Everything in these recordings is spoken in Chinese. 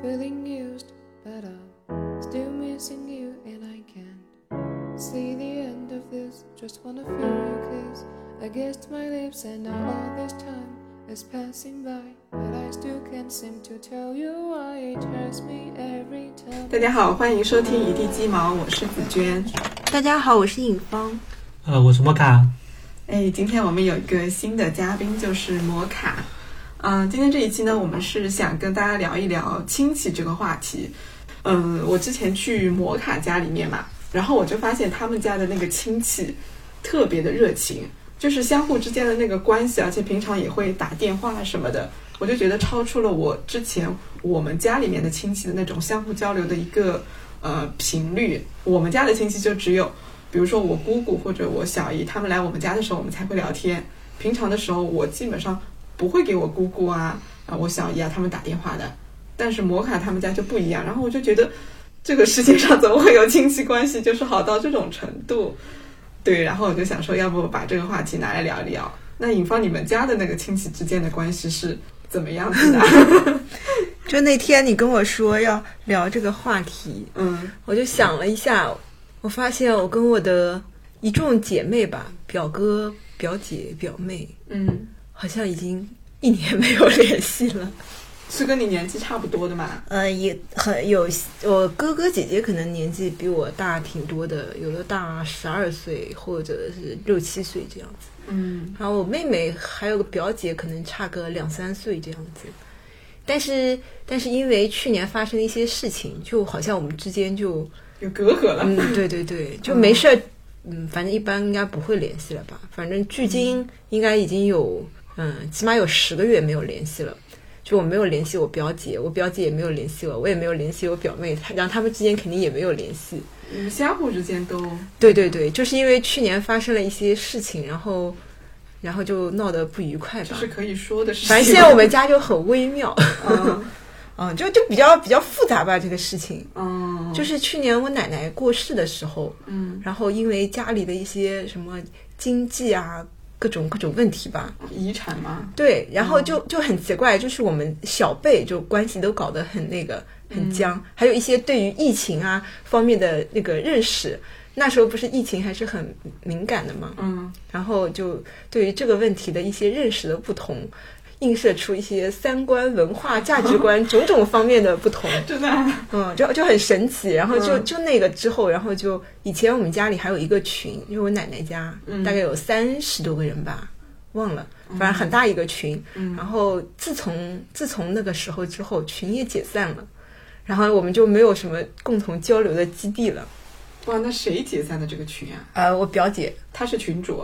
feeling used, but I'm still missing you and I can't see the end of this. Just wanna feel your kiss against my lips, and now all this time is passing by, but I still can't seem to tell you why it hurts me every time. 大家好，欢迎收听一地鸡毛，我是紫娟。 大家好，我是尹芳。 我是摩卡。 今天我们有一个新的嘉宾，就是摩卡。今天这一期呢，我们是想跟大家聊一聊亲戚这个话题。我之前去摩卡家里面嘛，然后我就发现他们家的那个亲戚特别的热情，就是相互之间的那个关系，而且平常也会打电话什么的，我就觉得超出了我之前我们家里面的亲戚的那种相互交流的一个频率。我们家的亲戚就只有比如说我姑姑或者我小姨他们来我们家的时候我们才会聊天，平常的时候我基本上不会给我姑姑我小姨他们打电话的。但是摩卡他们家就不一样，然后我就觉得这个世界上怎么会有亲戚关系就是好到这种程度。对，然后我就想说要不把这个话题拿来聊一聊。那尹芳，你们家的那个亲戚之间的关系是怎么样子的？ 就那天你跟我说要聊这个话题，我就想了一下，我发现我跟我的一众姐妹吧，表哥、表姐、表妹，好像已经1年没有联系了。 是跟你年纪差不多的吗？ 也很有，我哥哥姐姐可能年纪比我大挺多的，有的大12岁或者是6、7岁这样子。然后我妹妹还有个表姐，可能差个2、3岁这样子。但是因为去年发生了一些事情，就好像我们之间就有隔阂了。 对对对，就没事反正一般应该不会联系了吧。反正距今应该已经有起码有10个月没有联系了。就我没有联系我表姐，我表姐也没有联系我，我也没有联系我表妹，然后他们之间肯定也没有联系。 相互之间都对对对，就是因为去年发生了一些事情，然后就闹得不愉快吧。 这是可以说的事情。 反正现在我们家就很微妙。就比较复杂吧这个事情。就是去年我奶奶过世的时候，然后因为家里的一些什么经济各种问题吧， 遗产吗？ 对，然后就很奇怪，就是我们小辈就关系都搞得很很僵，还有一些对于疫情方面的那个认识，那时候不是疫情还是很敏感的嘛，然后就对于这个问题的一些认识的不同，映射出一些三观、文化、价值观种种方面的不同。 真的就很神奇。然后就那个之后，然后就以前我们家里还有一个群，因为我奶奶家大概有30多个人吧，忘了，反正很大一个群。然后自从那个时候之后，群也解散了，然后我们就没有什么共同交流的基地了。 哇，那谁解散的这个群我表姐， 她是群主。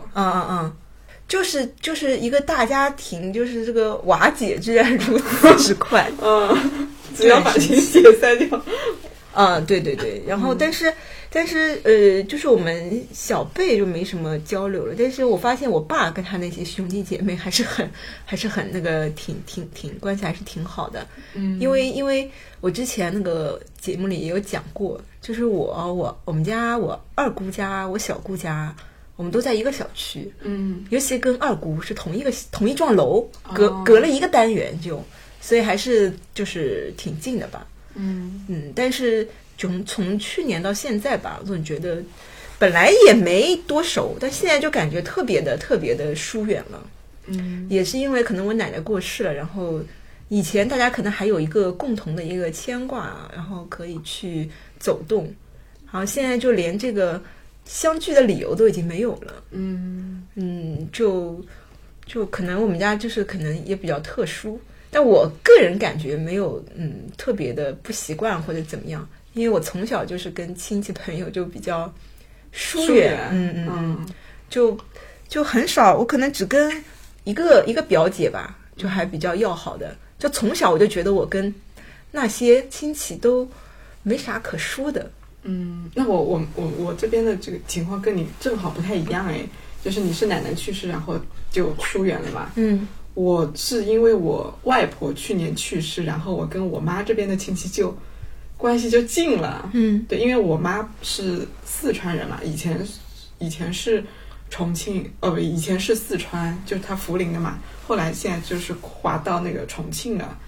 就是一个大家庭，就是这个瓦解居然如此之快。 只要把群解散掉。 对对对。然后但是就是我们小辈就没什么交流了。但是我发现我爸跟他那些兄弟姐妹还是很那个挺关系还是挺好的。因为我之前那个节目里也有讲过，就是我们家我二姑家我小姑家。我们都在一个小区，尤其跟二姑是同一幢楼，隔了一个单元所以还是就是挺近的吧。但是从去年到现在吧，我总觉得本来也没多熟，但现在就感觉特别的疏远了。也是因为可能我奶奶过世了，然后以前大家可能还有一个共同的一个牵挂，然后可以去走动，然后现在就连这个相聚的理由都已经没有了。就可能我们家就是可能也比较特殊，但我个人感觉没有特别的不习惯或者怎么样，因为我从小就是跟亲戚朋友就比较疏远。就很少，我可能只跟一个表姐吧，就还比较要好的。就从小我就觉得我跟那些亲戚都没啥可说的。 那我这边的这个情况跟你正好不太一样就是你是奶奶去世然后就疏远了嘛。我是因为我外婆去年去世，然后我跟我妈这边的亲戚就关系就近了。对，因为我妈是四川人嘛，以前是重庆，以前是四川，就是她涪陵的嘛，后来现在就是划到那个重庆了。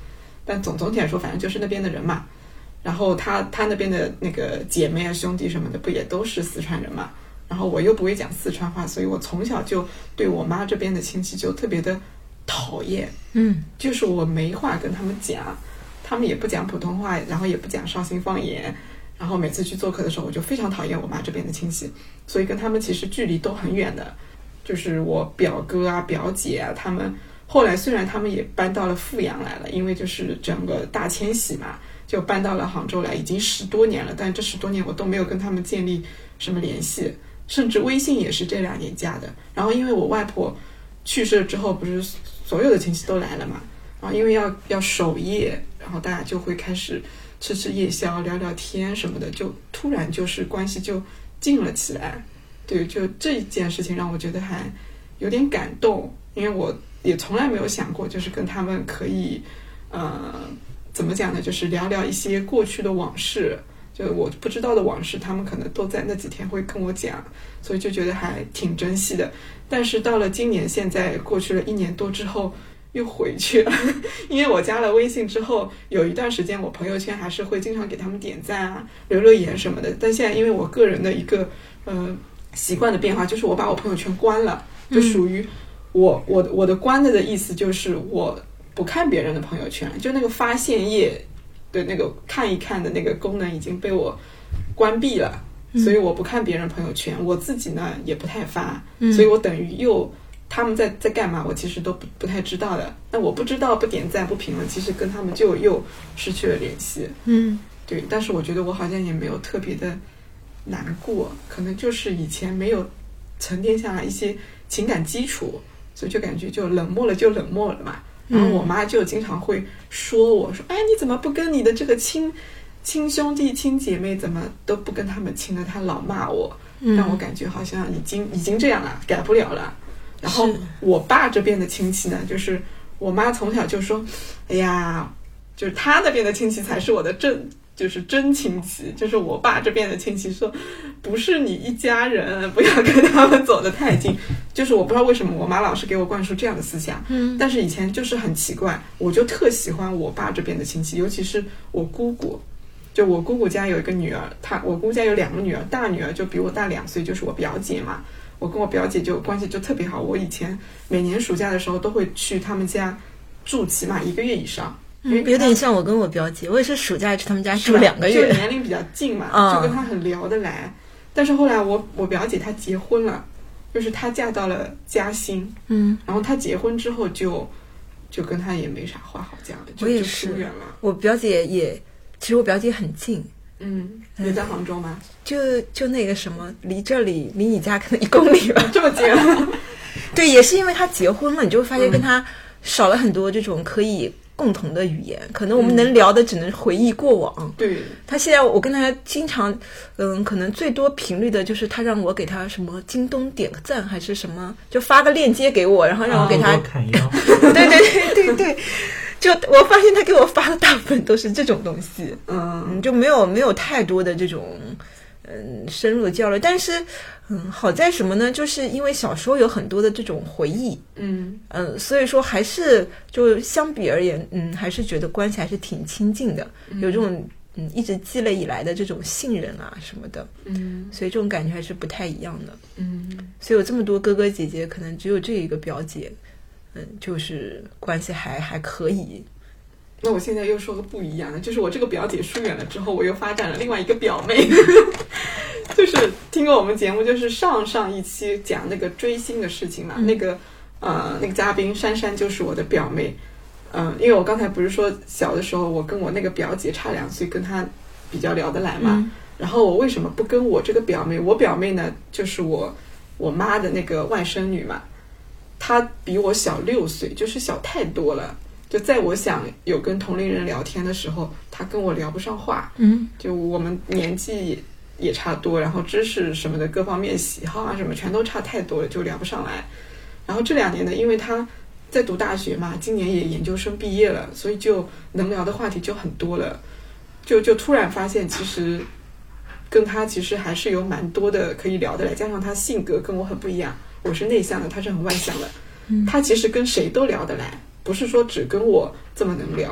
但总体来说，反正就是那边的人嘛。然后他那边的那个姐妹啊、兄弟什么的，不也都是四川人嘛？然后我又不会讲四川话，所以我从小就对我妈这边的亲戚就特别的讨厌。就是我没话跟他们讲，他们也不讲普通话，然后也不讲绍兴方言。然后每次去做客的时候，我就非常讨厌我妈这边的亲戚，所以跟他们其实距离都很远的。就是我表哥啊、表姐啊，他们后来虽然他们也搬到了富阳来了，因为就是整个大迁徙嘛，就搬到了杭州来，已经10多年了，但这10多年我都没有跟他们建立什么联系，甚至微信也是这2年加的。然后因为我外婆去世之后，不是所有的亲戚都来了嘛，然后因为要守夜，然后大家就会开始吃夜宵、聊聊天什么的，就突然就是关系就近了起来。对，就这件事情让我觉得还有点感动，因为我也从来没有想过，就是跟他们可以怎么讲呢，就是聊聊一些过去的往事，就我不知道的往事，他们可能都在那几天会跟我讲，所以就觉得还挺珍惜的。但是到了今年，现在过去了1年多之后又回去了，因为我加了微信之后，有一段时间我朋友圈还是会经常给他们点赞啊、留言什么的。但现在因为我个人的一个习惯的变化，就是我把我朋友圈关了，就属于我的关的意思就是我不看别人的朋友圈，就那个发现页的那个看一看的那个功能已经被我关闭了，所以我不看别人朋友圈，我自己呢也不太发，所以我等于又他们在干嘛，我其实都不太知道的。那我不知道，不点赞不评论，其实跟他们就又失去了联系。对，但是我觉得我好像也没有特别的难过，可能就是以前没有沉淀下来一些情感基础，所以就感觉就冷漠了嘛。然后我妈就经常会说我说，哎，你怎么不跟你的这个亲兄弟亲姐妹怎么都不跟他们亲了？她老骂我，让我感觉好像已经这样了，改不了了。然后我爸这边的亲戚呢，就是我妈从小就说，哎呀，就是他那边的亲戚才是我的真亲戚，就是我爸这边的亲戚说，不是你一家人，不要跟他们走得太近。就是我不知道为什么我妈老是给我灌输这样的思想，但是以前就是很奇怪，我就特喜欢我爸这边的亲戚，尤其是我姑姑。就我姑姑家有一个女儿，我姑家有2个女儿，大女儿就比我大2岁，就是我表姐嘛。我跟我表姐就关系就特别好，我以前每年暑假的时候都会去他们家住起码1个月以上。 有点像我跟我表姐，我也是暑假去他们家住2个月， 就年龄比较近嘛，就跟她很聊得来。但是后来我表姐她结婚了，就是她嫁到了嘉兴，然后她结婚之后就跟她也没啥话好讲了，就疏远了。 我表姐也，其实我表姐很近， 也在杭州吗？ 就那个什么，离这里离你家可能1公里吧， 这么近。 对，也是因为她结婚了，你就会发现跟她少了很多这种可以共同的语言，可能我们能聊的只能回忆过往。 对， 他现在我跟他经常可能最多频率的就是他让我给他什么京东点个赞还是什么，就发个链接给我，然后让我给他砍腰。 对，就我发现他给我发的大部分都是这种东西，就没有太多的这种深入的交流。但是好在什么呢，就是因为小时候有很多的这种回忆，所以说还是就相比而言，还是觉得关系还是挺亲近的，有这种一直积累以来的这种信任啊什么的，所以这种感觉还是不太一样的，所以有这么多哥哥姐姐，可能只有这一个表姐，就是关系还可以。 那我现在又说个不一样的，就是我这个表姐疏远了之后，我又发展了另外一个表妹。就是听过我们节目，就是上一期讲那个追星的事情嘛，那个嘉宾珊珊就是我的表妹。因为我刚才不是说小的时候我跟我那个表姐差2岁，跟她比较聊得来嘛，然后我为什么不跟我这个表妹？我表妹呢，就是我妈的那个外甥女嘛，她比我小6岁，就是小太多了。就在我想有跟同龄人聊天的时候，她跟我聊不上话，就我们年纪也差多，然后知识什么的各方面喜好啊什么全都差太多了，就聊不上来。然后这2年呢，因为她在读大学嘛，今年也研究生毕业了，所以就能聊的话题就很多了，就突然发现其实跟她其实还是有蛮多的可以聊得来，加上她性格跟我很不一样，我是内向的，她是很外向的，她其实跟谁都聊得来，不是说只跟我这么能聊。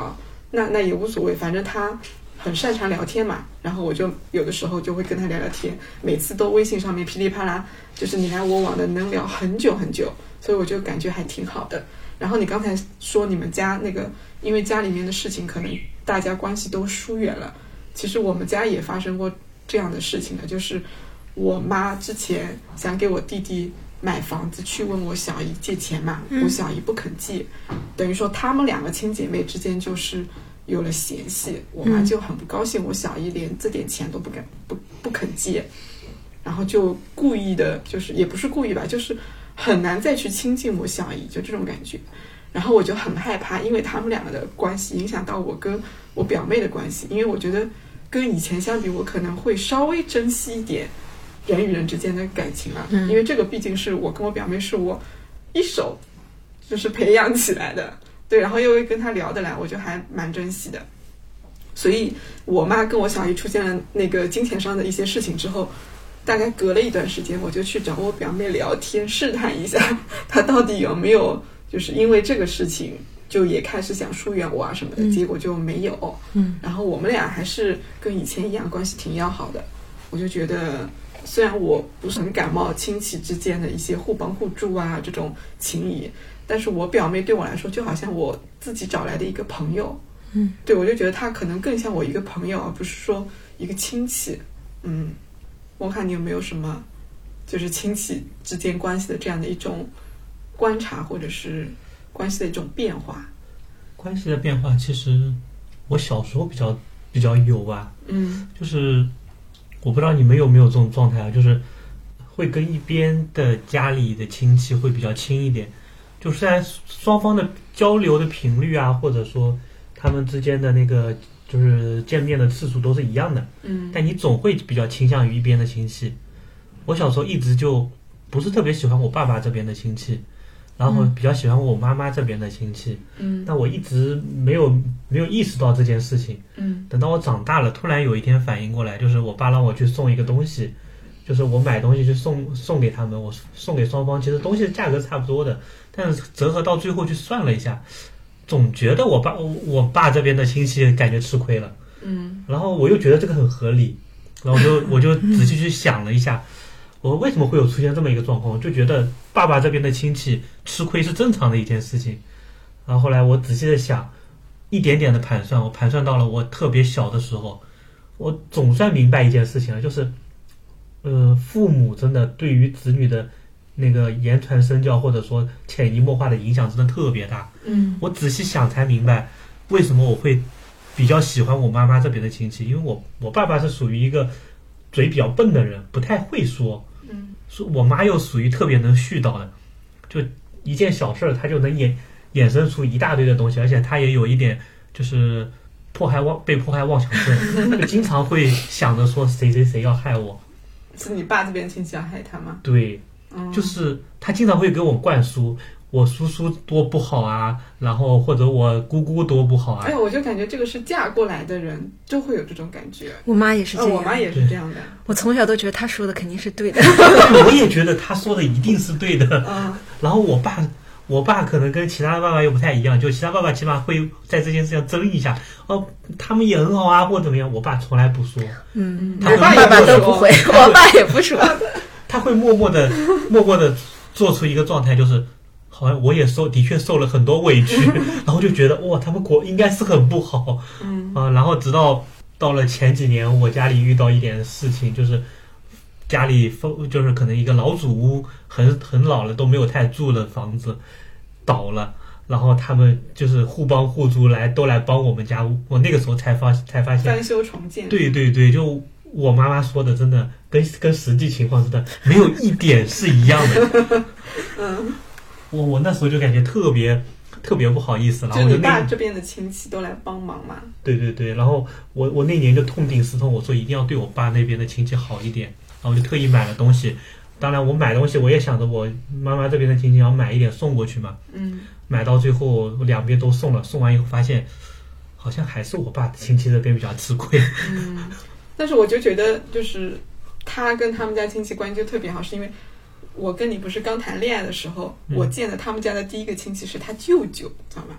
那也无所谓，反正他很擅长聊天嘛，然后我就有的时候就会跟他聊聊天，每次都微信上面噼里啪啦，就是你来我往的，能聊很久很久，所以我就感觉还挺好的。然后你刚才说你们家那个，因为家里面的事情可能大家关系都疏远了，其实我们家也发生过这样的事情的，就是我妈之前想给我弟弟买房子，去问我小姨借钱嘛，我小姨不肯借，等于说他们两个亲姐妹之间就是有了嫌隙，我妈就很不高兴，我小姨连这点钱都不肯借，然后就故意的，就是也不是故意吧，就是很难再去亲近我小姨，就这种感觉。然后我就很害怕，因为他们两个的关系影响到我跟我表妹的关系，因为我觉得跟以前相比，我可能会稍微珍惜一点人与人之间的感情啊，因为这个毕竟是我跟我表妹是我一手就是培养起来的，对，然后又会跟她聊得来，我就还蛮珍惜的。所以我妈跟我小姨出现了那个金钱上的一些事情之后，大概隔了一段时间，我就去找我表妹聊天，试探一下她到底有没有就是因为这个事情就也开始想疏远我啊什么的，结果就没有。然后我们俩还是跟以前一样，关系挺要好的。我就觉得虽然我不是很感冒亲戚之间的一些互帮互助啊这种情谊，但是我表妹对我来说就好像我自己找来的一个朋友。对，我就觉得她可能更像我一个朋友，而不是说一个亲戚。我看你有没有什么就是亲戚之间关系的这样的一种观察，或者是关系的一种变化？ 关系的变化其实我小时候比较有吧，就是我不知道你们有没有这种状态啊，就是会跟一边的家里的亲戚会比较亲一点，就虽然双方的交流的频率啊，或者说他们之间的那个就是见面的次数都是一样的，但你总会比较倾向于一边的亲戚。我小时候一直就不是特别喜欢我爸爸这边的亲戚，然后比较喜欢我妈妈这边的亲戚，但我一直没有意识到这件事情，等到我长大了，突然有一天反应过来，就是我爸让我去送一个东西，就是我买东西去送给他们，我送给双方，其实东西的价格差不多的，但是折合到最后去算了一下，总觉得我爸这边的亲戚感觉吃亏了，然后我又觉得这个很合理，然后我就仔细去想了一下，我为什么会有出现这么一个状况，我就觉得爸爸这边的亲戚吃亏是正常的一件事情。然后后来我仔细的想，一点点的盘算，我盘算到了我特别小的时候，我总算明白一件事情了，就是父母真的对于子女的那个言传身教或者说潜移默化的影响真的特别大。我仔细想才明白为什么我会比较喜欢我妈妈这边的亲戚，因为我爸爸是属于一个嘴比较笨的人，不太会说，我妈又属于特别能絮叨的，就一件小事她就能衍生出一大堆的东西，而且她也有一点就是被迫害妄想症，就经常会想着说谁谁谁要害我。 是你爸这边亲戚要害他吗？ 对，就是他经常会给我灌输我叔叔多不好啊，然后或者我姑姑多不好啊。 我就感觉这个是嫁过来的人就会有这种感觉。 我妈也是这样， 我妈也是这样的。 我从小都觉得她说的肯定是对的。 我也觉得她说的一定是对的。然后我爸可能跟其他爸爸又不太一样，就其他爸爸起码会在这件事上争一下，他们也很好啊，或怎么样。我爸从来不说， 我爸都不会，我爸也不说， 他会默默的做出一个状态，就是好像我也的确受了很多委屈，然后就觉得哇，他们应该是很不好，然后直到了前几年，我家里遇到一点事情，就是家里就是可能一个老祖屋很老了都没有太住的房子倒了，然后他们就是互帮互助都来帮我们家，我那个时候才发现翻修重建。 对对对，就我妈妈说的真的跟实际情况真的没有一点是一样的。我那时候就感觉特别不好意思，然后就你爸这边的亲戚都来帮忙嘛。 对对对，然后我那年就痛定思痛，我说一定要对我爸那边的亲戚好一点，然后我就特意买了东西。当然我买东西我也想着我妈妈这边的亲戚要买一点送过去嘛，买到最后两边都送了，送完以后发现好像还是我爸亲戚这边比较吃亏。 但是我就觉得就是他跟他们家亲戚关系就特别好，是因为我跟你不是刚谈恋爱的时候，我见的他们家的第一个亲戚是他舅舅，知道吧？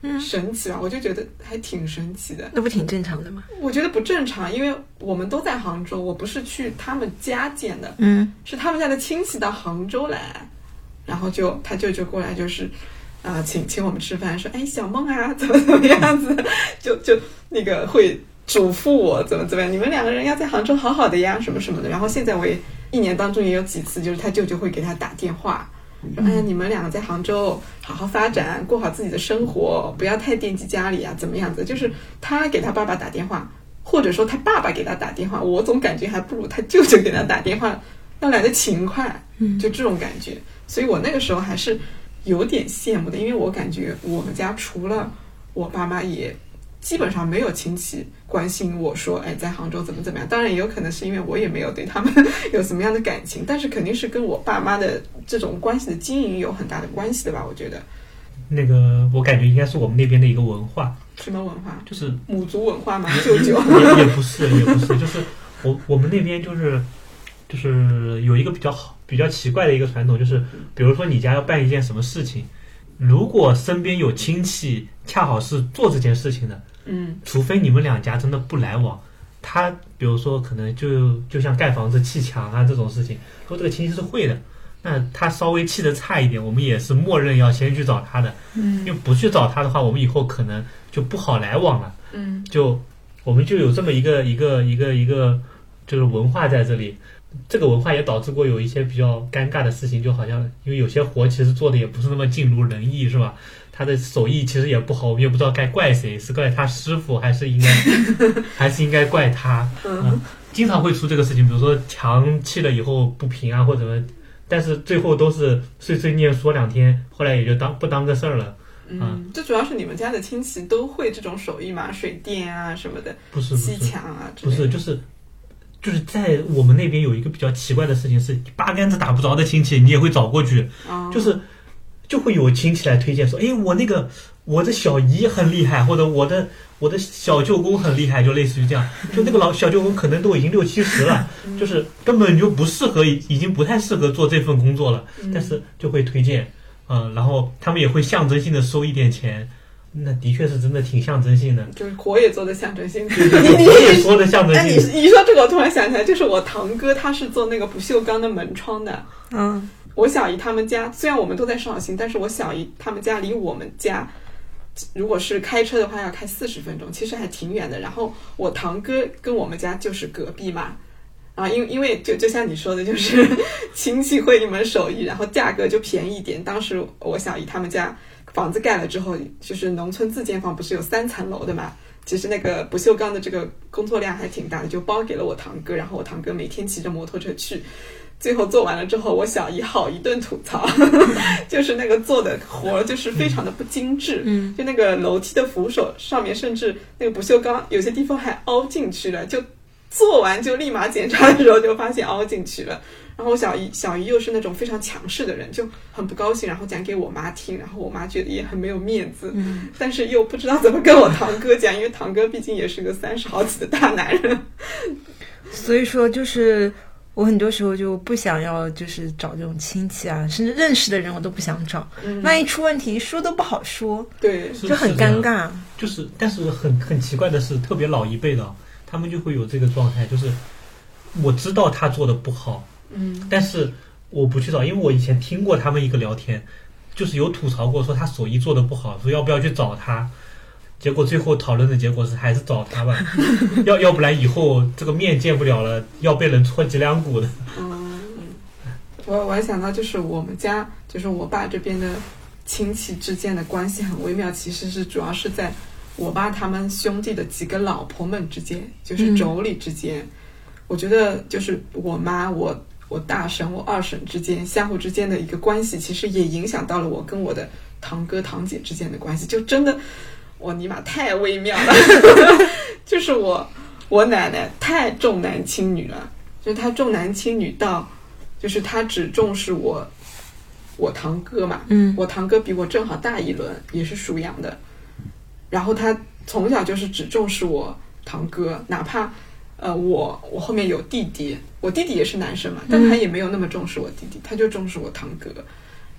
神奇吧，我就觉得还挺神奇的。 那不挺正常的吗？ 我觉得不正常，因为我们都在杭州，我不是去他们家见的，是他们家的亲戚到杭州来，然后他舅舅过来就是请我们吃饭，说哎小梦啊怎么样子，就那个会嘱咐我怎么样，你们两个人要在杭州好好的呀什么什么的。然后现在我也一年当中也有几次，就是他舅舅会给他打电话，说哎呀你们两个在杭州好好发展，过好自己的生活，不要太惦记家里啊怎么样子。就是他给他爸爸打电话，或者说他爸爸给他打电话，我总感觉还不如他舅舅给他打电话要来的勤快，就这种感觉。所以我那个时候还是有点羡慕的，因为我感觉我们家除了我爸妈也基本上没有亲戚关心我说哎在杭州怎么样。当然也有可能是因为我也没有对他们有什么样的感情，但是肯定是跟我爸妈的这种关系的经营有很大的关系的吧，我觉得。 那个我感觉应该是我们那边的一个文化。 什么文化？ 就是母族文化吗？舅舅也不是，就是我们那边就是有一个比较奇怪的一个传统，就是比如说你家要办一件什么事情，如果身边有亲戚恰好是做这件事情的，除非你们两家真的不来往，他比如说可能就像盖房子砌墙啊这种事情，说这个亲戚是会的，那他稍微砌的差一点，我们也是默认要先去找他的，因为不去找他的话，我们以后可能就不好来往了，我们就有这么一个就是文化在这里。这个文化也导致过有一些比较尴尬的事情，就好像因为有些活其实做的也不是那么尽如人意，是吧？他的手艺其实也不好，我们也不知道该怪谁，是怪他师傅还是应该怪他。经常会出这个事情，比如说墙砌了以后不平啊或者什么，但是最后都是碎碎念说两天，后来也就不当个事儿了。 这主要是你们家的亲戚都会这种手艺嘛，水电啊什么的， 不是砌墙啊之类的，不是就是在我们那边有一个比较奇怪的事情是，八竿子打不着的亲戚你也会找过去，就会有亲戚来推荐说，哎，我的小姨很厉害，或者我的小舅公很厉害，就类似于这样，就那个老小舅公可能都已经60、70了，就是根本就不适合，已经不太适合做这份工作了，但是就会推荐，然后他们也会象征性的收一点钱。那的确是真的挺象征性的， 就是活也做的象征性的。 你也说的象征性的。 你说这个我突然想起来，就是我堂哥他是做那个不锈钢的门窗的。我小姨他们家虽然我们都在绍兴，但是我小姨他们家离我们家如果是开车的话要开40分钟，其实还挺远的。然后我堂哥跟我们家就是隔壁嘛。因为就像你说的，就是亲戚会一门手艺，然后价格就便宜一点。当时我小姨他们家房子盖了之后，就是农村自建房不是有3层楼的嘛，其实那个不锈钢的这个工作量还挺大的，就包给了我堂哥，然后我堂哥每天骑着摩托车去，最后做完了之后，我小姨好一顿吐槽就是那个做的活就是非常的不精致，就那个楼梯的扶手上面甚至那个不锈钢有些地方还凹进去了，就做完就立马检查的时候就发现凹进去了。然后我小姨又是那种非常强势的人，就很不高兴，然后讲给我妈听，然后我妈觉得也很没有面子，但是又不知道怎么跟我堂哥讲，因为堂哥毕竟也是个30好几的大男人。 所以说就是我很多时候就不想要就是找这种亲戚啊，甚至认识的人我都不想找，万一出问题说都不好说， 对， 就很尴尬。 就是但是很奇怪的是，特别老一辈的他们就会有这个状态，就是我知道他做的不好，但是我不去找，因为我以前听过他们一个聊天，就是有吐槽过说他手艺做的不好，说要不要去找他，结果最后讨论的结果是还是找他吧要不然以后这个面见不了了，要被人戳脊梁骨的。 我还想到就是我们家就是我爸这边的亲戚之间的关系很微妙，其实是主要是在我爸他们兄弟的几个老婆们之间，就是妯娌之间，我觉得就是我妈我大婶我二婶之间相互之间的一个关系，其实也影响到了我跟我的堂哥堂姐之间的关系，就真的我尼玛太微妙了就是我奶奶太重男轻女了，就是她重男轻女到就是她只重视我堂哥嘛，我堂哥比我正好大一轮，也是属羊的，然后他从小就是只重视我堂哥，哪怕我后面有弟弟，我弟弟也是男生嘛，但他也没有那么重视我弟弟，他就重视我堂哥。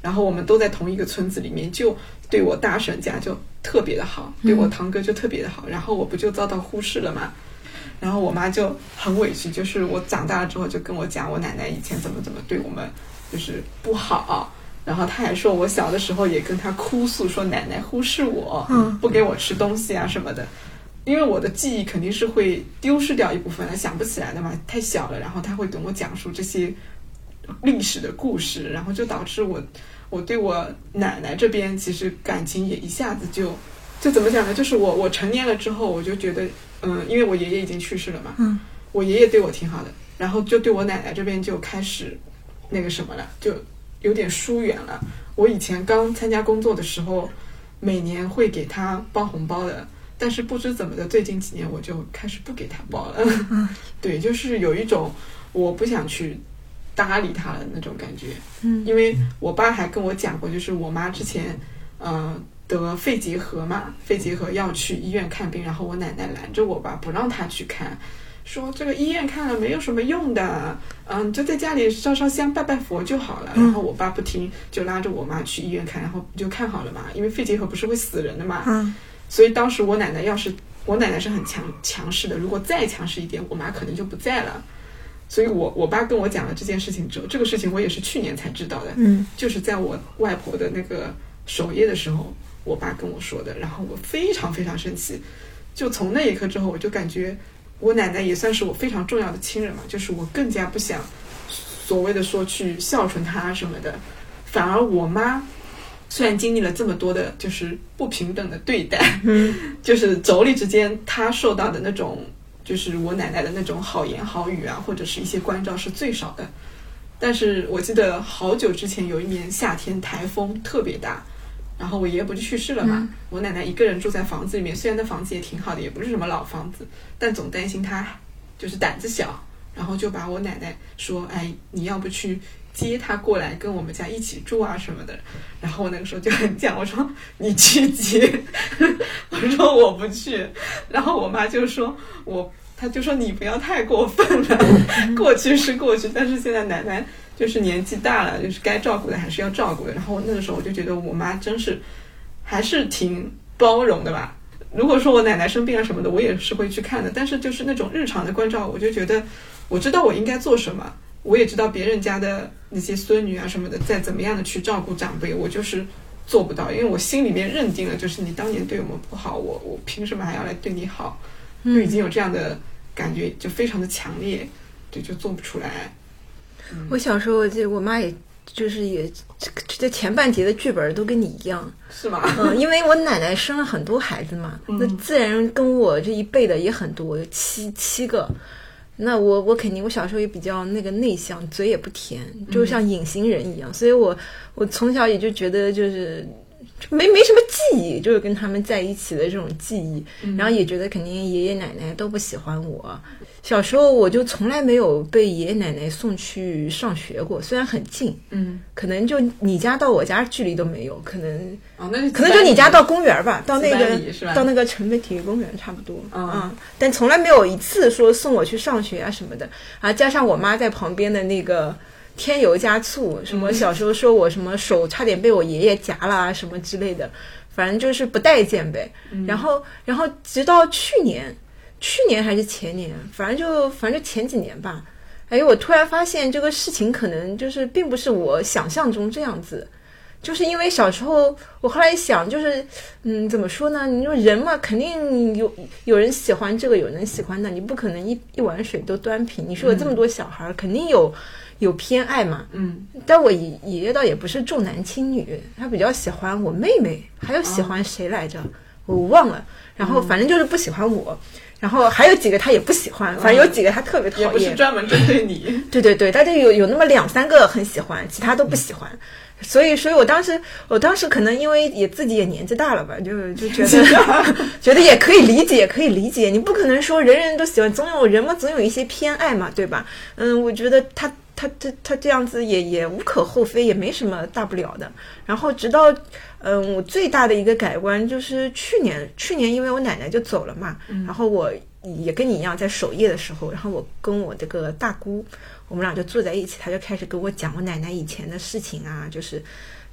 然后我们都在同一个村子里面，就对我大婶家就特别的好，对我堂哥就特别的好，然后我不就遭到忽视了嘛。然后我妈就很委屈，就是我长大了之后就跟我讲我奶奶以前怎么对我们就是不好，然后她还说我小的时候也跟她哭诉说奶奶忽视我，不给我吃东西啊什么的。因为我的记忆肯定是会丢失掉一部分的，想不起来的嘛，太小了。然后她会跟我讲述这些历史的故事，然后就导致我对我奶奶这边其实感情也一下子就怎么讲呢？就是我成年了之后，我就觉得因为我爷爷已经去世了嘛，我爷爷对我挺好的，然后就对我奶奶这边就开始那个什么了，就有点疏远了。我以前刚参加工作的时候，每年会给他包红包的，但是不知怎么的，最近几年我就开始不给他包了。对，就是有一种我不想去搭理他的那种感觉。因为我爸还跟我讲过，就是我妈之前得肺结核嘛，肺结核要去医院看病，然后我奶奶拦着我爸不让他去看，说这个医院看了没有什么用的，就在家里烧烧香拜拜佛就好了。然后我爸不听，就拉着我妈去医院看，然后就看好了嘛，因为肺结核不是会死人的嘛。所以当时我奶奶是很强势的，如果再强势一点，我妈可能就不在了。所以我爸跟我讲了这件事情之后，这个事情我也是去年才知道的，就是在我外婆的那个守夜的时候，我爸跟我说的，然后我非常非常生气。就从那一刻之后，我就感觉我奶奶也算是我非常重要的亲人嘛，就是我更加不想所谓的说去孝顺她什么的，反而我妈虽然经历了这么多的就是不平等的对待，就是妯娌之间她受到的那种就是我奶奶的那种好言好语啊，或者是一些关照是最少的。但是我记得好久之前有一年夏天台风特别大，然后我爷爷不就去世了嘛，我奶奶一个人住在房子里面，虽然那房子也挺好的，也不是什么老房子，但总担心她就是胆子小，然后就把我奶奶说，哎，你要不去接她过来跟我们家一起住啊什么的。然后我那个时候就很犟，我说你去接，我说我不去。然后我妈就说她就说你不要太过分了，过去是过去，但是现在奶奶就是年纪大了，就是该照顾的还是要照顾的。然后那个时候我就觉得我妈真是还是挺包容的吧。如果说我奶奶生病啊什么的，我也是会去看的，但是就是那种日常的关照，我就觉得我知道我应该做什么，我也知道别人家的那些孙女啊什么的再怎么样的去照顾长辈，我就是做不到，因为我心里面认定了，就是你当年对我们不好，我凭什么还要来对你好？就已经有这样的感觉，就非常的强烈，对，就做不出来。 我小时候我记得我妈也这前半节的剧本都跟你一样， 是吗？ 因为我奶奶生了很多孩子嘛，那自然跟我这一辈的也很多，有七个。那我肯定我小时候也比较那个内向，嘴也不甜，就像隐形人一样，所以我从小也就觉得就是没什么记忆，就是跟他们在一起的这种记忆，然后也觉得肯定爷爷奶奶都不喜欢我。小时候我就从来没有被爷爷奶奶送去上学过，虽然很近，可能就你家到我家距离都没有，可能就你家到公园吧，到那个城北体育公园差不多，但从来没有一次说送我去上学啊什么的啊，加上我妈在旁边的那个添油加醋，什么小时候说我什么手差点被我爷爷夹了啊什么之类的，反正就是不待见呗。然后直到去年还是前年，反正就前几年吧。我突然发现这个事情可能就是并不是我想象中这样子，就是因为小时候我后来想，就是怎么说呢？你说人嘛，肯定有人喜欢这个，有人喜欢那，你不可能一碗水都端平。你说有这么多小孩，肯定有偏爱嘛。但我爷爷倒也不是重男轻女，他比较喜欢我妹妹，还有喜欢谁来着？我忘了。然后反正就是不喜欢我。然后还有几个他也不喜欢，反正有几个他特别讨厌， 也不是专门针对你。 对，但是有那么2-3个很喜欢，其他都不喜欢。所以我当时可能因为自己也年纪大了吧，就觉得也可以理解，你不可能说人人都喜欢，总有一些偏爱嘛，对吧？我觉得他这样子也无可厚非，也没什么大不了的。然后直到我最大的一个改观就是去年因为我奶奶就走了嘛，然后我也跟你一样在守夜的时候，然后我跟我这个大姑，我们俩就坐在一起，她就开始跟我讲我奶奶以前的事情啊，就是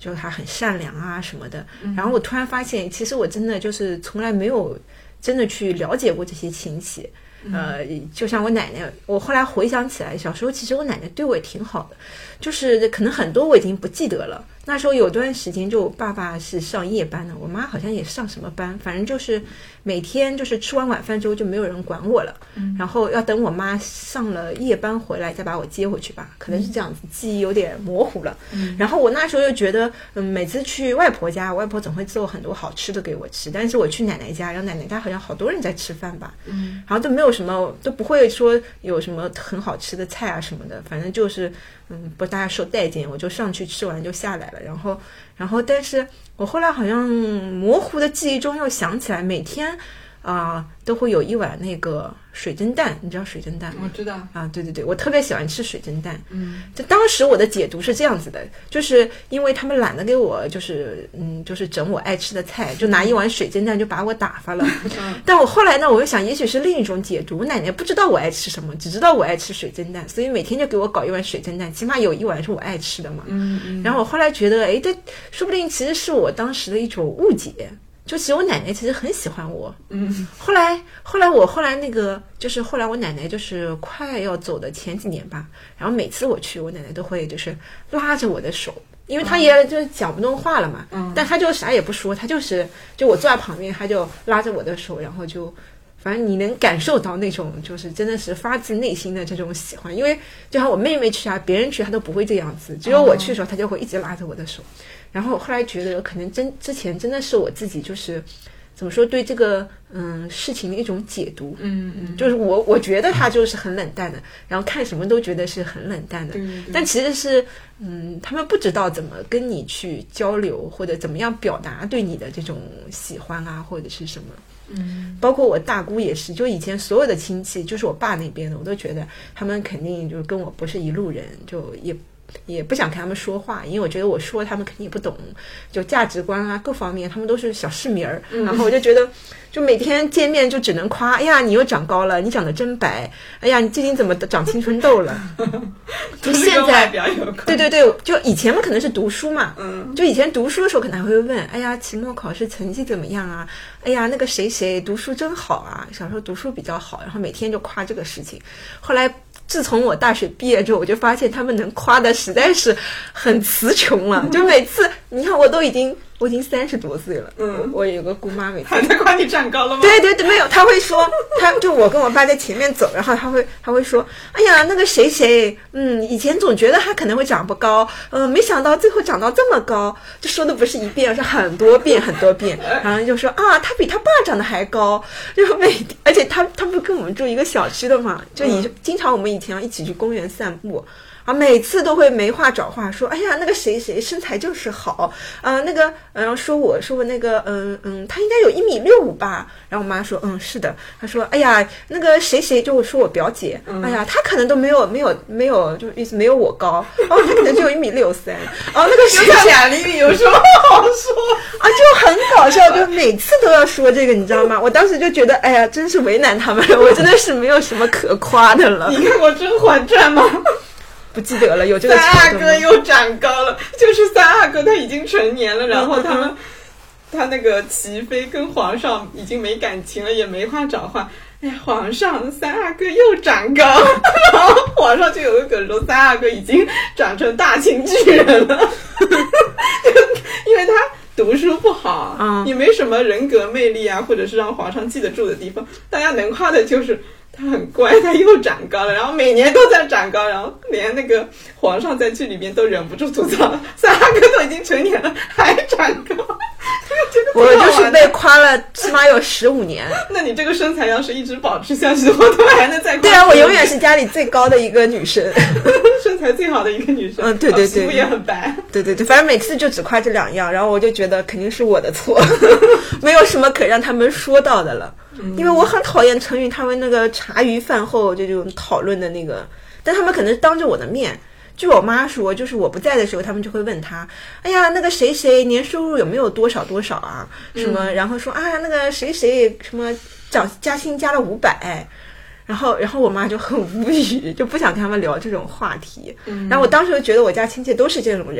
就他很善良啊什么的。然后我突然发现，其实我真的就是从来没有真的去了解过这些亲戚。就像我奶奶，我后来回想起来，小时候其实我奶奶对我也挺好的，就是可能很多我已经不记得了。那时候有段时间，就我爸爸是上夜班的，我妈好像也上什么班，反正就是每天就是吃完晚饭之后就没有人管我了，然后要等我妈上了夜班回来再把我接回去吧，可能是这样子，记忆有点模糊了。然后我那时候就觉得，每次去外婆家，外婆总会做很多好吃的给我吃，但是我去奶奶家，然后奶奶家好像好多人在吃饭吧，然后都没有什么，都不会说有什么很好吃的菜啊什么的，反正就是不大家受待见，我就上去吃完就下来了。然后但是我后来好像模糊的记忆中又想起来，每天都会有一碗那个水蒸蛋，你知道水蒸蛋吗？ 我知道啊，对对对，我特别喜欢吃水蒸蛋。就当时我的解读是这样子的，就是因为他们懒得给我就是整我爱吃的菜，就拿一碗水蒸蛋就把我打发了。但我后来呢，我又想也许是另一种解读，我奶奶不知道我爱吃什么，只知道我爱吃水蒸蛋，所以每天就给我搞一碗水蒸蛋，起码有一碗是我爱吃的嘛。然后我后来觉得，这说不定其实是我当时的一种误解。就其实我奶奶其实很喜欢我，后来那个就是后来我奶奶就是快要走的前几年吧，然后每次我去，我奶奶都会就是拉着我的手，因为她也就是讲不动话了嘛，但她就啥也不说，她就我坐在旁边，她就拉着我的手，然后就反正你能感受到那种就是真的是发自内心的这种喜欢，因为就像我妹妹去啊，别人去她都不会这样子，只有我去的时候，她就会一直拉着我的手。然后后来觉得可能之前真的是我自己就是怎么说对这个事情的一种解读，就是我觉得他就是很冷淡的，然后看什么都觉得是很冷淡的，但其实是他们不知道怎么跟你去交流，或者怎么样表达对你的这种喜欢啊，或者是什么。包括我大姑也是，就以前所有的亲戚，就是我爸那边的，我都觉得他们肯定就是跟我不是一路人，就也不想跟他们说话，因为我觉得我说他们肯定也不懂，就价值观啊各方面他们都是小市民儿，然后我就觉得就每天见面就只能夸，哎呀你又长高了，你长得真白，哎呀你最近怎么长青春痘了就现在对对对，就以前嘛可能是读书嘛，就以前读书的时候可能还会问，哎呀期末考试成绩怎么样啊，哎呀那个谁谁读书真好啊，小时候读书比较好，然后每天就夸这个事情。后来自从我大学毕业之后，我就发现他们能夸的实在是很词穷了。就每次你看，我已经30多岁了，我有个姑妈每次还在夸你长高了吗？ 对对对，没有，她会说，就我跟我爸在前面走，然后她会说，哎呀，那个谁谁，以前总觉得他可能会长不高，没想到最后长到这么高，就说的不是一遍，是很多遍，然后就说啊，他比他爸长得还高，就而且他不是跟我们住一个小区的嘛，就经常我们以前一起去公园散步。每次都会没话找话说，哎呀，那个谁谁身材就是好，那个，说我那个，他应该有1.65米吧。然后我妈说，是的。她说，哎呀，那个谁谁就说我表姐，哎呀，她可能都没有，就意思没有我高，她可能只有1.63米。那个谁俩厘米有什么好说啊？就很搞笑，就每次都要说这个，你知道吗？我当时就觉得，哎呀，真是为难他们了，我真的是没有什么可夸的了。 你看过《甄嬛传》吗？ 不记得了，有这个三阿哥又长高了，就是三阿哥他已经成年了，然后他那个齐妃跟皇上已经没感情了，也没话找话。哎呀，皇上，三阿哥又长高，然后皇上就有个梗说三阿哥已经长成大清巨人了，因为他读书不好，也没什么人格魅力啊，或者是让皇上记得住的地方，大家能夸的就是他很乖，他又长高了，然后每年都在长高，然后连那个皇上在剧里面都忍不住吐槽，三阿哥都已经成年了还长高， 我就是被夸了起码有15年。 那你这个身材要是一直保持下去的话，他们还能再夸？ 对啊，我永远是家里最高的一个女生身材最好的一个女生。 对对对， 皮肤也很白。 对对对，反正每次就只夸这2样，然后我就觉得肯定是我的错没有什么可让他们说到的了。因为我很讨厌成语他们那个茶余饭后这种讨论的那个，但他们可能是当着我的面。据我妈说，就是我不在的时候，他们就会问他，哎呀，那个谁谁年收入有没有多少多少啊？什么，然后说啊，那个谁谁什么加薪加了500，然后我妈就很无语，就不想跟他们聊这种话题。然后我当时就觉得我家亲戚都是这种人。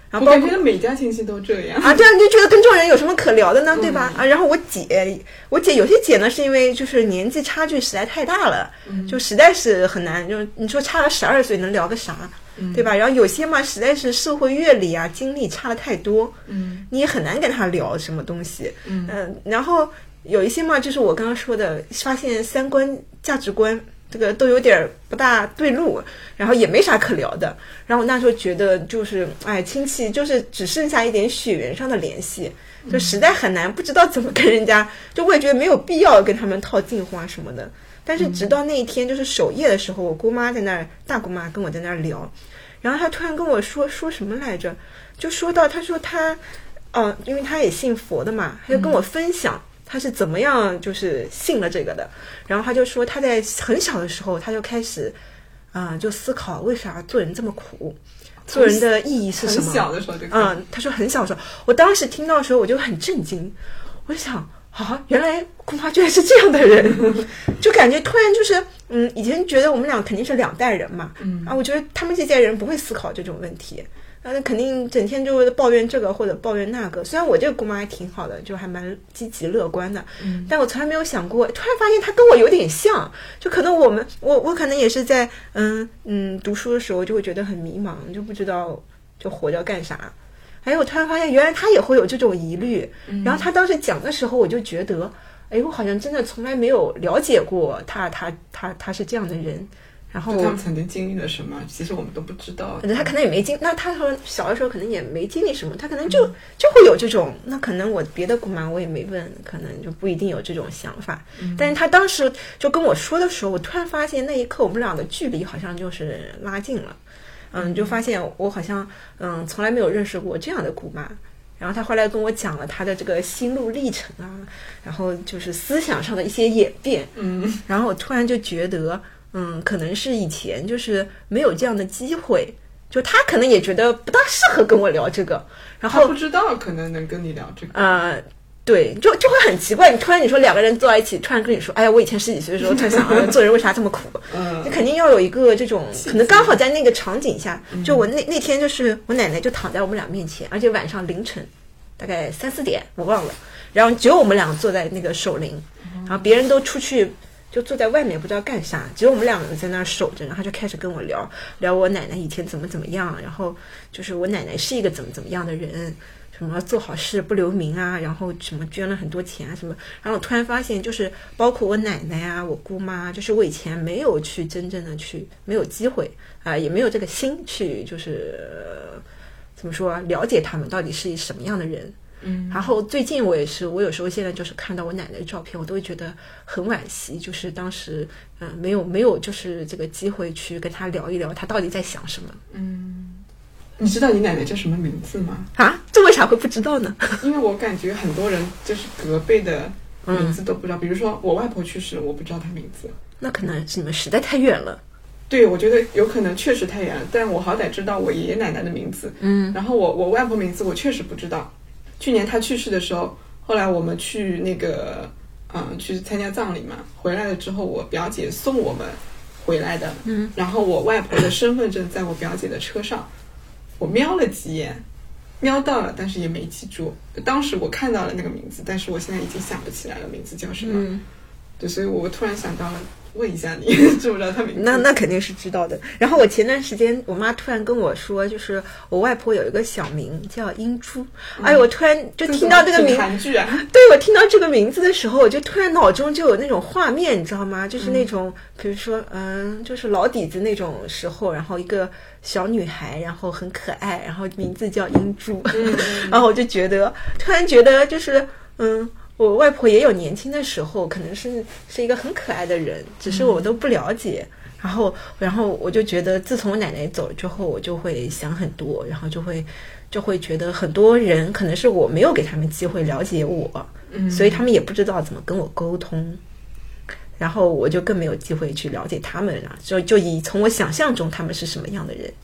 然后包括我感觉每家亲戚都这样啊，对啊，你就觉得跟这种人有什么可聊的呢，对吧？啊，然后我姐有些姐呢，是因为就是年纪差距实在太大了，就实在是很难，就你说差了12岁能聊个啥，对吧？然后有些嘛，实在是社会阅历啊、经历差的太多，你也很难跟他聊什么东西，然后有一些嘛，就是我刚刚说的，发现三观、价值观。这个都有点不大对路，然后也没啥可聊的。然后我那时候觉得就是，亲戚就是只剩下一点血缘上的联系，就实在很难，不知道怎么跟人家。就我也觉得没有必要跟他们套近乎什么的。但是直到那一天就是守夜的时候，我姑妈在那儿，大姑妈跟我在那儿聊，然后她突然跟我说什么来着？就说到她说她，因为她也信佛的嘛，她就跟我分享。他是怎么样就是信了这个的，然后他就说他在很小的时候他就开始就思考为啥做人这么苦，做人的意义是什么。 很小的时候就他说很小的时候，我当时听到的时候我就很震惊，我就想原来姑妈居然是这样的人就感觉突然就是以前觉得我们俩肯定是两代人嘛，我觉得他们这代人不会思考这种问题。那肯定整天就抱怨这个或者抱怨那个，虽然我这个姑妈还挺好的，就还蛮积极乐观的，但我从来没有想过，突然发现她跟我有点像，就可能我可能也是在读书的时候就会觉得很迷茫，就不知道就活着干啥。还有我突然发现原来她也会有这种疑虑，然后她当时讲的时候我就觉得我好像真的从来没有了解过她是这样的人。然后他们曾经经历了什么，其实我们都不知道。 他可能也没经，那他说小的时候可能也没经历什么，他可能就会有这种。那可能我别的姑妈我也没问，可能就不一定有这种想法。但是他当时就跟我说的时候，我突然发现那一刻我们俩的距离好像就是拉近了。就发现我好像从来没有认识过这样的姑妈。然后他后来跟我讲了他的这个心路历程啊，然后就是思想上的一些演变。然后我突然就觉得。可能是以前就是没有这样的机会，就他可能也觉得不大适合跟我聊这个，然后他不知道可能能跟你聊这个。 对，就会很奇怪，你突然你说两个人坐在一起，突然跟你说，哎呀，我以前10几岁的时候突然想做人为啥这么苦？你肯定要有一个这种，可能刚好在那个场景下，就我那天就是我奶奶就躺在我们俩面前，而且晚上凌晨大概3、4点我忘了，然后只有我们俩坐在那个守灵，然后别人都出去。就坐在外面不知道干啥，只有我们两个人在那儿守着，然后他就开始跟我聊我奶奶以前怎么样，然后就是我奶奶是一个怎么样的人，什么做好事不留名啊，然后什么捐了很多钱啊什么，然后我突然发现就是包括我奶奶啊我姑妈，就是我以前没有去真正的去没有机会也没有这个心去就是怎么说了解他们到底是什么样的人。然后最近我也是，我有时候现在就是看到我奶奶的照片，我都会觉得很惋惜，就是当时没有就是这个机会去跟她聊一聊，她到底在想什么。 你知道你奶奶叫什么名字吗？ 这为啥会不知道呢？ 因为我感觉很多人就是隔辈的名字都不知道，比如说我外婆去世，我不知道她名字。 那可能是你们时代太远了。 对，我觉得有可能确实太远了，但我好歹知道我爷爷奶奶的名字。然后我外婆名字我确实不知道。去年他去世的时候，后来我们去那个去参加葬礼嘛，回来了之后我表姐送我们回来的，然后我外婆的身份证在我表姐的车上，我瞄了几眼，瞄到了，但是也没记住。当时我看到了那个名字，但是我现在已经想不起来了名字叫什么。对，所以我突然想到了问一下你知不知道他名字。 那肯定是知道的。然后我前段时间我妈突然跟我说，就是我外婆有一个小名叫英珠。我突然就听到这个名字， 韩剧啊。 对，我听到这个名字的时候，我就突然脑中就有那种画面，你知道吗？就是那种比如说就是老底子那种时候，然后一个小女孩，然后很可爱，然后名字叫英珠。然后我就突然觉得就是我外婆也有年轻的时候，可能是一个很可爱的人，只是我都不了解。然后我就觉得，自从我奶奶走了之后，我就会想很多，然后就会觉得很多人可能是我没有给他们机会了解我，所以他们也不知道怎么跟我沟通，然后我就更没有机会去了解他们了。就以从我想象中他们是什么样的人。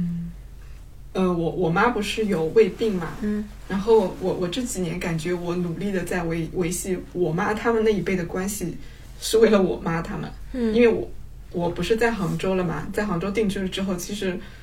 我妈不是有胃病嘛，然后我这几年感觉我努力的在维系我妈他们那一辈的关系，是为了我妈他们，因为我不是在杭州了嘛，在杭州定居了之后，其实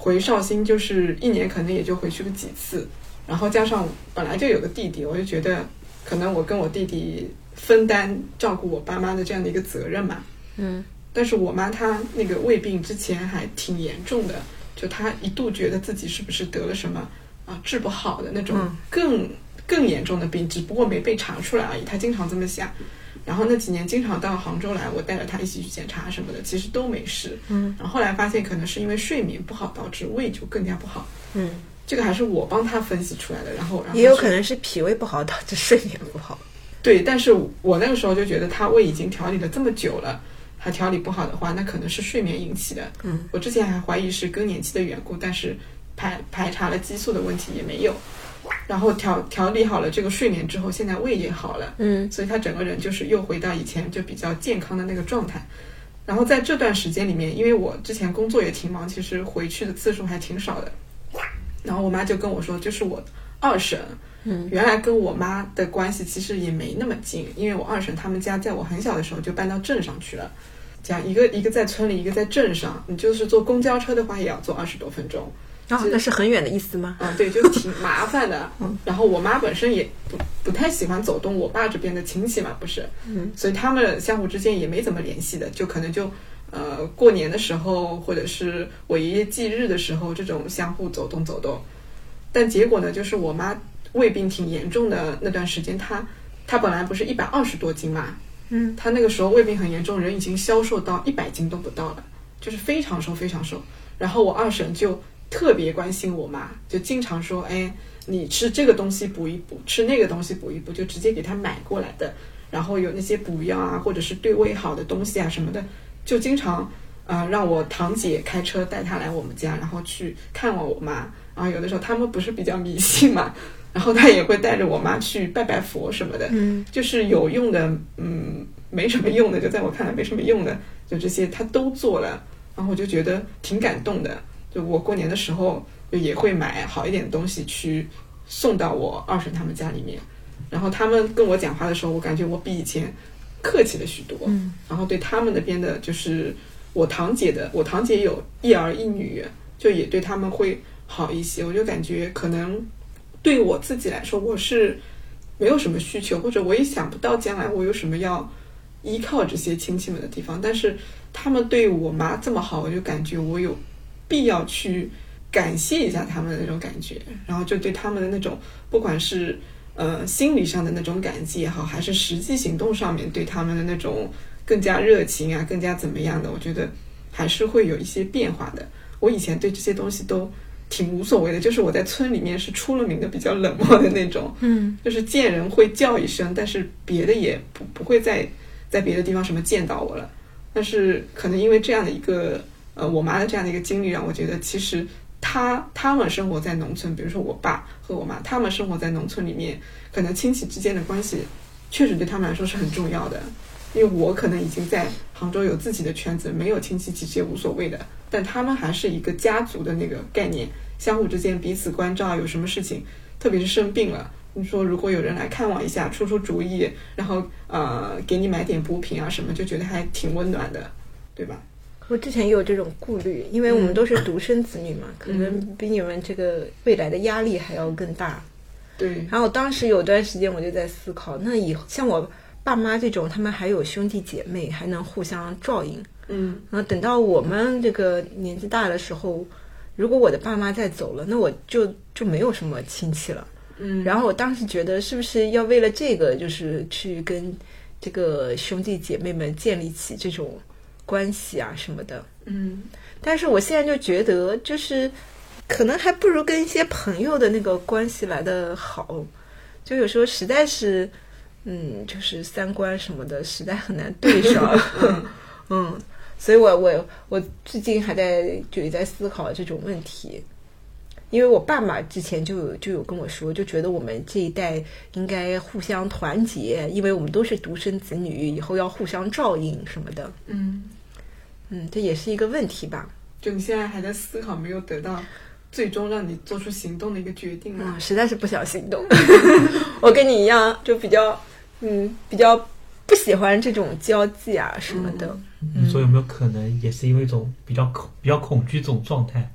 回绍兴就是1年可能也就回去个几次，然后加上本来就有个弟弟，我就觉得可能我跟我弟弟分担照顾我爸妈的这样的一个责任嘛。但是我妈她那个胃病之前还挺严重的，就她一度觉得自己是不是得了什么治不好的那种更严重的病，只不过没被查出来而已，她经常这么想。然后那几年经常到杭州来，我带着她一起去检查什么的，其实都没事。然后后来发现可能是因为睡眠不好导致胃就更加不好。这个还是我帮她分析出来的。然后也有可能是脾胃不好导致睡眠不好。 对，但是我那个时候就觉得她胃已经调理了这么久了，还调理不好的话，那可能是睡眠引起的。我之前还怀疑是更年期的缘故，但是排查了激素的问题也没有。然后调理好了这个睡眠之后，现在胃也好了，所以他整个人就是又回到以前就比较健康的那个状态。然后在这段时间里面，因为我之前工作也挺忙，其实回去的次数还挺少的。然后我妈就跟我说，就是我二婶，原来跟我妈的关系其实也没那么近，因为我二婶他们家在我很小的时候就搬到镇上去了，这样一个在村里，一个在镇上，你就是坐公交车的话也要坐20多分钟。 那是很远的意思吗？ 对，就挺麻烦的。然后我妈本身也不太喜欢走动我爸这边的亲戚嘛，不是，所以他们相互之间也没怎么联系的，就可能就过年的时候或者是我爷爷忌日的时候，这种相互走动。但结果呢，就是我妈胃病挺严重的那段时间，她本来不是120多斤嘛，她那个时候胃病很严重，人已经消瘦到100斤都不到了，就是非常瘦非常瘦。然后我二婶就特别关心我妈，就经常说，哎，你吃这个东西补一补，吃那个东西补一补，就直接给她买过来的。然后有那些补药啊，或者是对胃好的东西啊什么的，就经常让我堂姐开车带她来我们家，然后去看望我妈。然后有的时候他们不是比较迷信嘛，然后她也会带着我妈去拜拜佛什么的，就是有用的，没什么用的，就在我看来没什么用的，就这些她都做了。然后我就觉得挺感动的。就我过年的时候就也会买好一点的东西去送到我二婶他们家里面，然后他们跟我讲话的时候，我感觉我比以前客气了许多。然后对他们那边的，就是我堂姐有1儿1女，就也对他们会好一些。我就感觉可能对我自己来说，我是没有什么需求，或者我也想不到将来我有什么要依靠这些亲戚们的地方，但是他们对我妈这么好，我就感觉我有必要去感谢一下他们的那种感觉，然后就对他们的那种不管是心理上的那种感激也好，还是实际行动上面对他们的那种更加热情啊，更加怎么样的，我觉得还是会有一些变化的。我以前对这些东西都挺无所谓的，就是我在村里面是出了名的比较冷漠的那种，就是见人会叫一声，但是别的也不会在别的地方什么见到我了。但是可能因为这样的一个我妈的这样的一个经历，让我觉得其实他们生活在农村，比如说我爸和我妈，他们生活在农村里面，可能亲戚之间的关系确实对他们来说是很重要的。因为我可能已经在杭州有自己的圈子，没有亲戚其实也无所谓的，但他们还是一个家族的那个概念，相互之间彼此关照，有什么事情特别是生病了，你说如果有人来看望一下，出主意，然后给你买点补品啊什么，就觉得还挺温暖的，对吧？ 我之前也有这种顾虑，因为我们都是独生子女嘛，可能比你们这个未来的压力还要更大。 对。 然后当时有段时间我就在思考，那以后像我爸妈这种，他们还有兄弟姐妹，还能互相照应。然后等到我们这个年纪大的时候，如果我的爸妈再走了，那我就没有什么亲戚了。然后我当时觉得是不是要为了这个，就是去跟这个兄弟姐妹们建立起这种关系啊什么的。但是我现在就觉得，就是可能还不如跟一些朋友的那个关系来得好。就有时候实在是就是三观什么的实在很难对上。所以我最近还也在思考这种问题。因为我爸妈之前就有跟我说，就觉得我们这一代应该互相团结，因为我们都是独生子女，以后要互相照应什么的。这也是一个问题吧。 就你现在还在思考，没有得到最终让你做出行动的一个决定吗？ 实在是不想行动。我跟你一样，就比较不喜欢这种交际啊什么的。 你说有没有可能也是因为一种比较恐惧这种状态？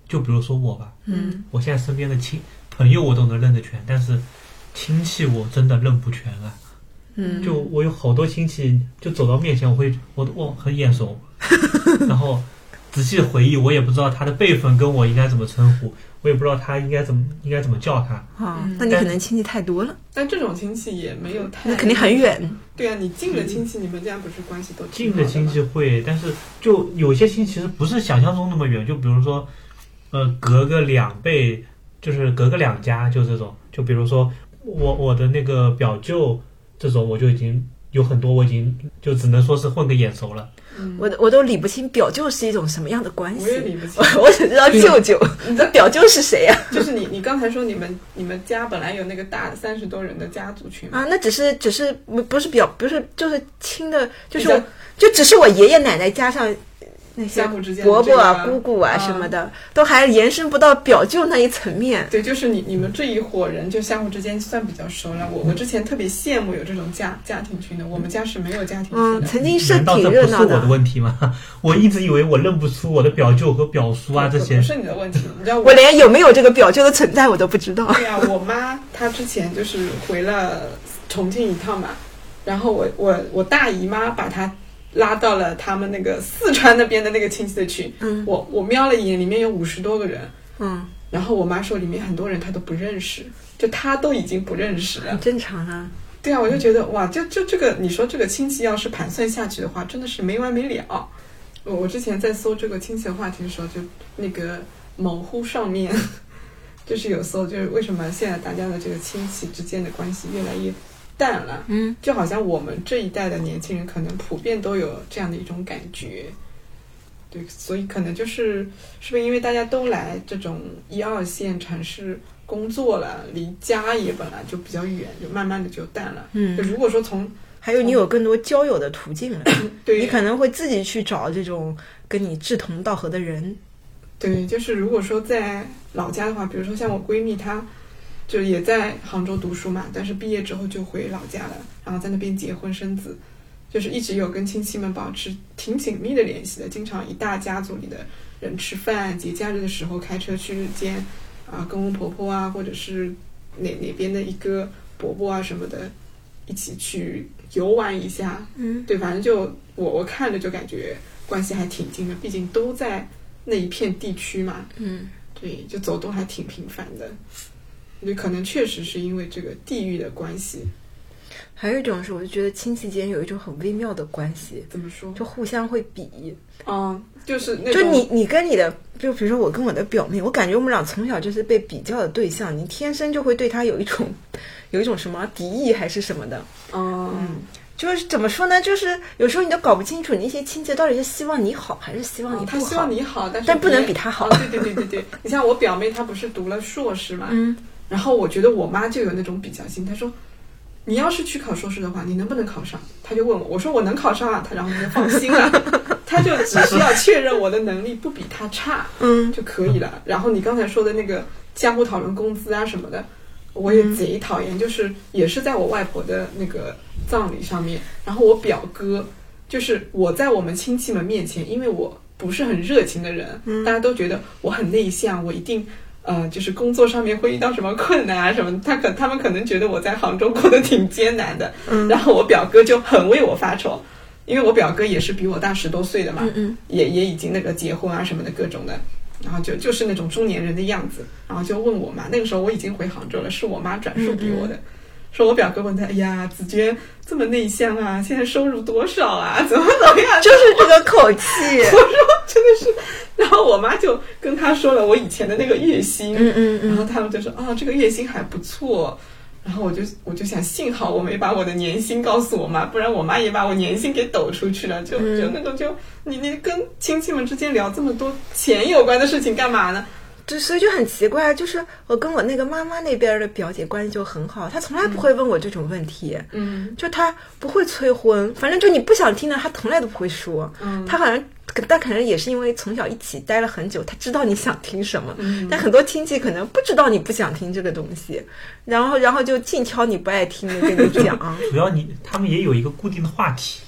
就比如说我吧，我现在身边的朋友我都能认得全，但是亲戚我真的认不全啊。就我有好多亲戚，就走到面前我很眼熟，然后仔细回忆，我也不知道他的辈分跟我应该怎么称呼，我也不知道他应该怎么叫他。 那你可能亲戚太多了。 但这种亲戚也没有太， 那肯定很远。 对啊，你近的亲戚，你们家不是关系都近的亲戚会，但是就有些亲戚其实不是想象中那么远，就比如说，隔个2辈，就是隔个2家，就这种。就比如说我的那个表舅这种，我就已经有很多，我已经就只能说是混个眼熟了。 我都理不清表舅是一种什么样的关系。 我也理不清， 我只知道舅舅。你的表舅是谁呀？ 就是你刚才说你们家本来有那个大的30多人的家族群啊，那只是不是就是亲的，就只是我爷爷奶奶加上那些伯伯啊、姑姑啊什么的，都还延伸不到表舅那一层面。 对，就是你们这一伙人就相互之间算比较熟了。我之前特别羡慕有这种家庭群的，我们家是没有家庭群的。 曾经是挺热闹的。 难道这不是我的问题吗？我一直以为我认不出我的表舅和表叔啊这些。 不是你的问题，你知道我连有没有这个表舅的存在我都不知道。 对啊，我妈她之前就是回了重庆一趟嘛，然后我大姨妈把她拉到了他们那个四川那边的那个亲戚的群，我瞄了一眼，里面有50多个人，然后我妈说里面很多人她都不认识，就她都已经不认识了， 很正常啊。 对啊，我就觉得哇，就这个，你说这个亲戚要是盘算下去的话，真的是没完没了。我之前在搜这个亲戚的话题的时候，就那个某乎上面就是有搜，就是为什么现在大家的这个亲戚之间的关系越来越淡了，就好像我们这一代的年轻人可能普遍都有这样的一种感觉。对，所以可能是不是因为大家都来这种1、2线城市工作了，离家也本来就比较远，就慢慢的就淡了。就如果说还有你有更多交友的途径了， 对， 你可能会自己去找这种跟你志同道合的人。 对，就是如果说在老家的话，比如说像我闺蜜她就也在杭州读书嘛，但是毕业之后就回老家了，然后在那边结婚生子，就是一直有跟亲戚们保持挺紧密的联系的，经常一大家族里的人吃饭，节假日的时候开车去见公公婆婆啊，或者是哪边的一个伯伯啊什么的，一起去游玩一下。对，反正就我看着就感觉关系还挺近的，毕竟都在那一片地区嘛。对，就走动还挺频繁的。就可能确实是因为这个地域的关系。 还有一种是，我就觉得亲戚间有一种很微妙的关系。 怎么说？ 就互相会比。 就是那种， 就你跟你的，就比如说我跟我的表妹，我感觉我们俩从小就是被比较的对象，你天生就会对她有一种什么敌意还是什么的。就是怎么说呢？就是有时候你都搞不清楚那些亲戚到底是希望你好还是希望你不好。 他希望你好， 但不能比他好。 对。你像我表妹，她不是读了硕士嘛？然后我觉得我妈就有那种比较心，她说你要是去考硕士的话，你能不能考上？她就问我，我说我能考上啊，然后她就放心了，她就只需要确认我的能力不比她差，就可以了。然后你刚才说的那个相互讨论工资啊什么的，我也贼讨厌，就是也是在我外婆的那个葬礼上面，然后我表哥就是我在我们亲戚们面前，因为我不是很热情的人，大家都觉得我很内向，我一定就是工作上面会遇到什么困难啊什么，他们可能觉得我在杭州过得挺艰难的，然后我表哥就很为我发愁，因为我表哥也是比我大10多岁的嘛，也已经那个结婚啊什么的各种的，然后就是那种中年人的样子，然后就问我妈，那个时候我已经回杭州了，是我妈转述给我的，说我表哥问他，哎呀，子娟这么内向啊，现在收入多少啊，怎么样， 就是这个口气。 我说真的是，然后我妈就跟他说了我以前的那个月薪，然后他们就说这个月薪还不错，然后我就想，幸好我没把我的年薪告诉我妈，不然我妈也把我年薪给抖出去了，就那种你跟亲戚们之间聊这么多钱有关的事情干嘛呢？ 所以就很奇怪，就是我跟我那个妈妈那边的表姐关系就很好，她从来不会问我这种问题，就她不会催婚，反正就你不想听的，她从来都不会说，她好像，但可能也是因为从小一起待了很久，她知道你想听什么，但很多亲戚可能不知道你不想听这个东西，然后就尽挑你不爱听的跟你讲。 主要他们也有一个固定的话题。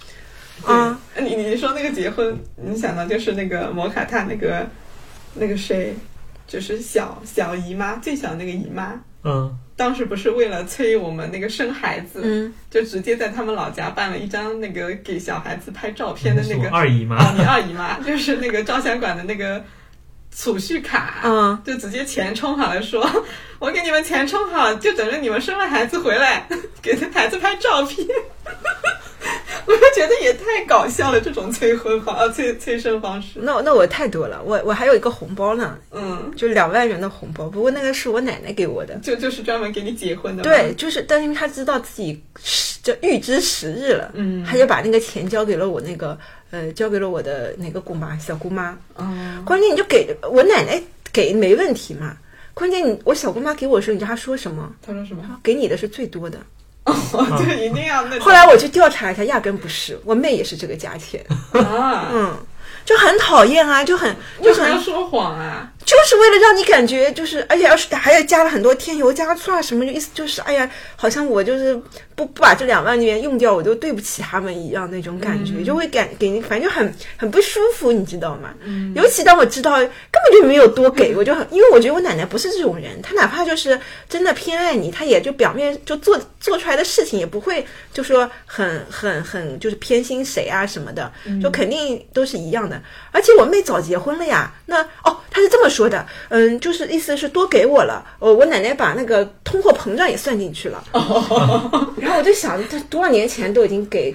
你说那个结婚，你想到就是那个摩卡他那个谁。 就是小姨妈，最小那个姨妈，当时不是为了催我们那个生孩子，就直接在他们老家办了一张那个给小孩子拍照片的那个二姨妈， 你二姨妈就是那个照相馆的那个储蓄卡，就直接钱充好了，说我给你们钱充好，就等着你们生了孩子回来给孩子拍照片。我就觉得也太搞笑了，这种催生方式。 那我太多了，我还有一个红包呢，就2万元的红包，不过那个是我奶奶给我的， 就是专门给你结婚的吗？ 对，就是但因为她知道自己就预知时日了，她就把那个钱交给了我那个交给了我的那个姑妈，小姑妈。关键你就给我奶奶给没问题嘛，关键我小姑妈给我的时候，你知道她说什么？ 她说什么？ 给你的是最多的。 对，一定要那。 后来我去调查一下，压根不是，我妹也是这个价钱就很讨厌啊，就很为什么要说谎啊？ 就是为了让你感觉就是，而且还要加了很多添油加醋啊什么，意思就是哎呀，好像我就是不把这2万元用掉，我就对不起他们一样那种感觉，就会给你反正就很不舒服，你知道吗？尤其当我知道根本就没有多给，我就因为我觉得我奶奶不是这种人，她哪怕就是真的偏爱你，她也就表面就做出来的事情也不会就说很就是偏心谁啊什么的，就肯定都是一样的。而且我妹早结婚了呀，那她是这么说的，就是意思是多给我了，我奶奶把那个通货膨胀也算进去了。然后我就想，她多少年前都已经给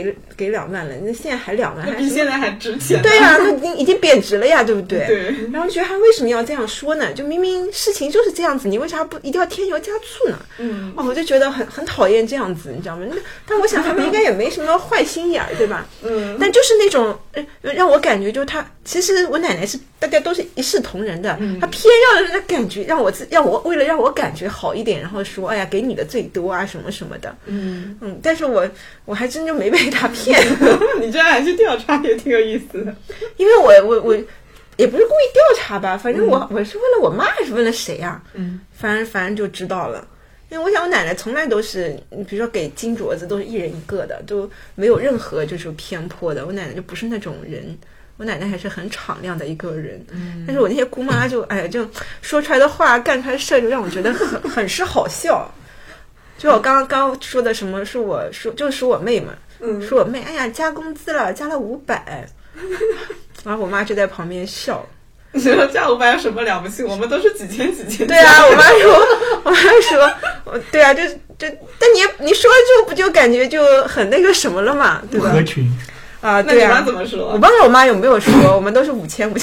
2万了，那现在还2万， 那比现在还值钱。 对呀，那已经贬值了呀，对不对？ 对。 然后觉得她为什么要这样说呢？就明明事情就是这样子，你为啥不一定要添油加醋呢？我就觉得很讨厌这样子，你知道吗？但我想他们应该也没什么坏心眼儿，对吧？但就是那种让我感觉就是她，其实我奶奶是大家都是一视同仁的，她偏要人家感觉让我为了让我感觉好一点，然后说哎呀给你的最多啊什么什么的，但是我还真就没被她骗。 你这样还去调查也挺有意思的， 因为我也不是故意调查吧，反正我是问了我妈还是问了谁啊？反正就知道了。因为我想我奶奶从来都是，比如说给金镯子都是1人1个的，都没有任何就是偏颇的。我奶奶就不是那种人，我奶奶还是很敞亮的一个人。但是我那些姑妈就哎呀，就说出来的话、干出来的事就让我觉得很是好笑。就我刚刚说的什么，就是说我妹嘛，说我妹哎呀加工资了，加了500，然后我妈就在旁边笑。 你觉得加500有什么了不起？我们都是几千。 对啊，我妈说，对啊，但你说了之后，不就感觉就很那个什么了嘛，对吧？ 合群啊， 对啊。那你妈怎么说？ 我忘了我妈有没有说，我们都是5000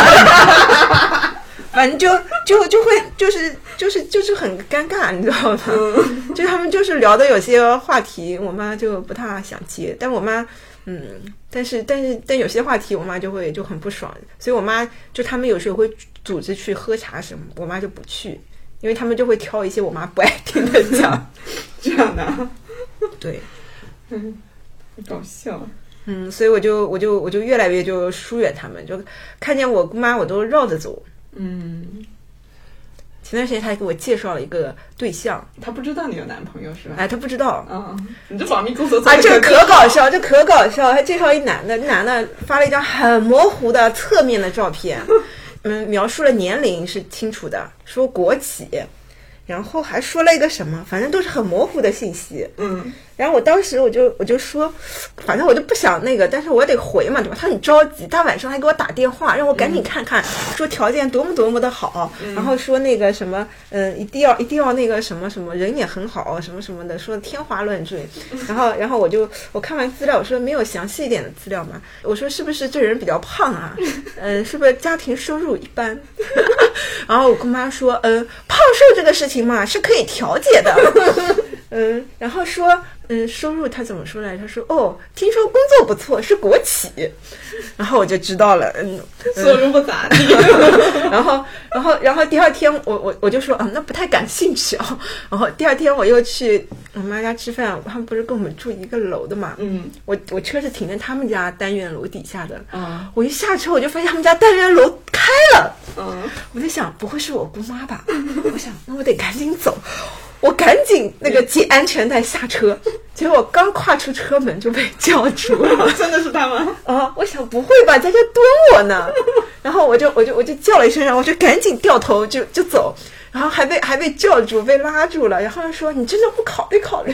反正就会就是很尴尬，你知道吗？就他们就是聊的有些话题，我妈就不太想接，但我妈。但有些话题我妈就很不爽，所以我妈就他们有时候会组织去喝茶什么，我妈就不去，因为他们就会挑一些我妈不爱听的讲。 这样的， 对， 搞笑。 所以我就越来越就疏远他们，就看见我姑妈我都绕着走。前段时间他还给我介绍了一个对象， 他不知道你有男朋友是吧？ 哎，他不知道。 你这保密工作做得这可搞笑，还介绍一男的，男的发了一张很模糊的侧面的照片，描述了年龄是清楚的，说国企，然后还说了一个什么，反正都是很模糊的信息。然后我当时我就说，反正我就不想那个，但是我得回嘛，对吧？他很着急，大晚上还给我打电话，让我赶紧看看，说条件多么的好，然后说那个什么，一定要那个什么什么人也很好，什么什么的，说天花乱坠。然后我看完资料，我说没有详细一点的资料嘛，我说是不是这人比较胖啊？是不是家庭收入一般？然后我跟妈说，胖瘦这个事情嘛是可以调节的。然后说，收入他怎么说来？他说，听说工作不错，是国企。然后我就知道了， 收入不咋地。 然后第二天我就说，那不太感兴趣啊。然后第二天我又去我妈家吃饭，他们不是跟我们住一个楼的嘛？我车是停在他们家单元楼底下的。我一下车我就发现他们家单元楼开了。我在想，不会是我姑妈吧？我想，那我得赶紧走。我赶紧那个系安全带下车，结果我刚跨出车门就被叫住了。 真的是他吗？ 我想不会吧，在这蹲我呢。 然后我就叫了一声，然后我就赶紧掉头就走，然后还被叫住，被拉住了，然后说你真的不考虑考虑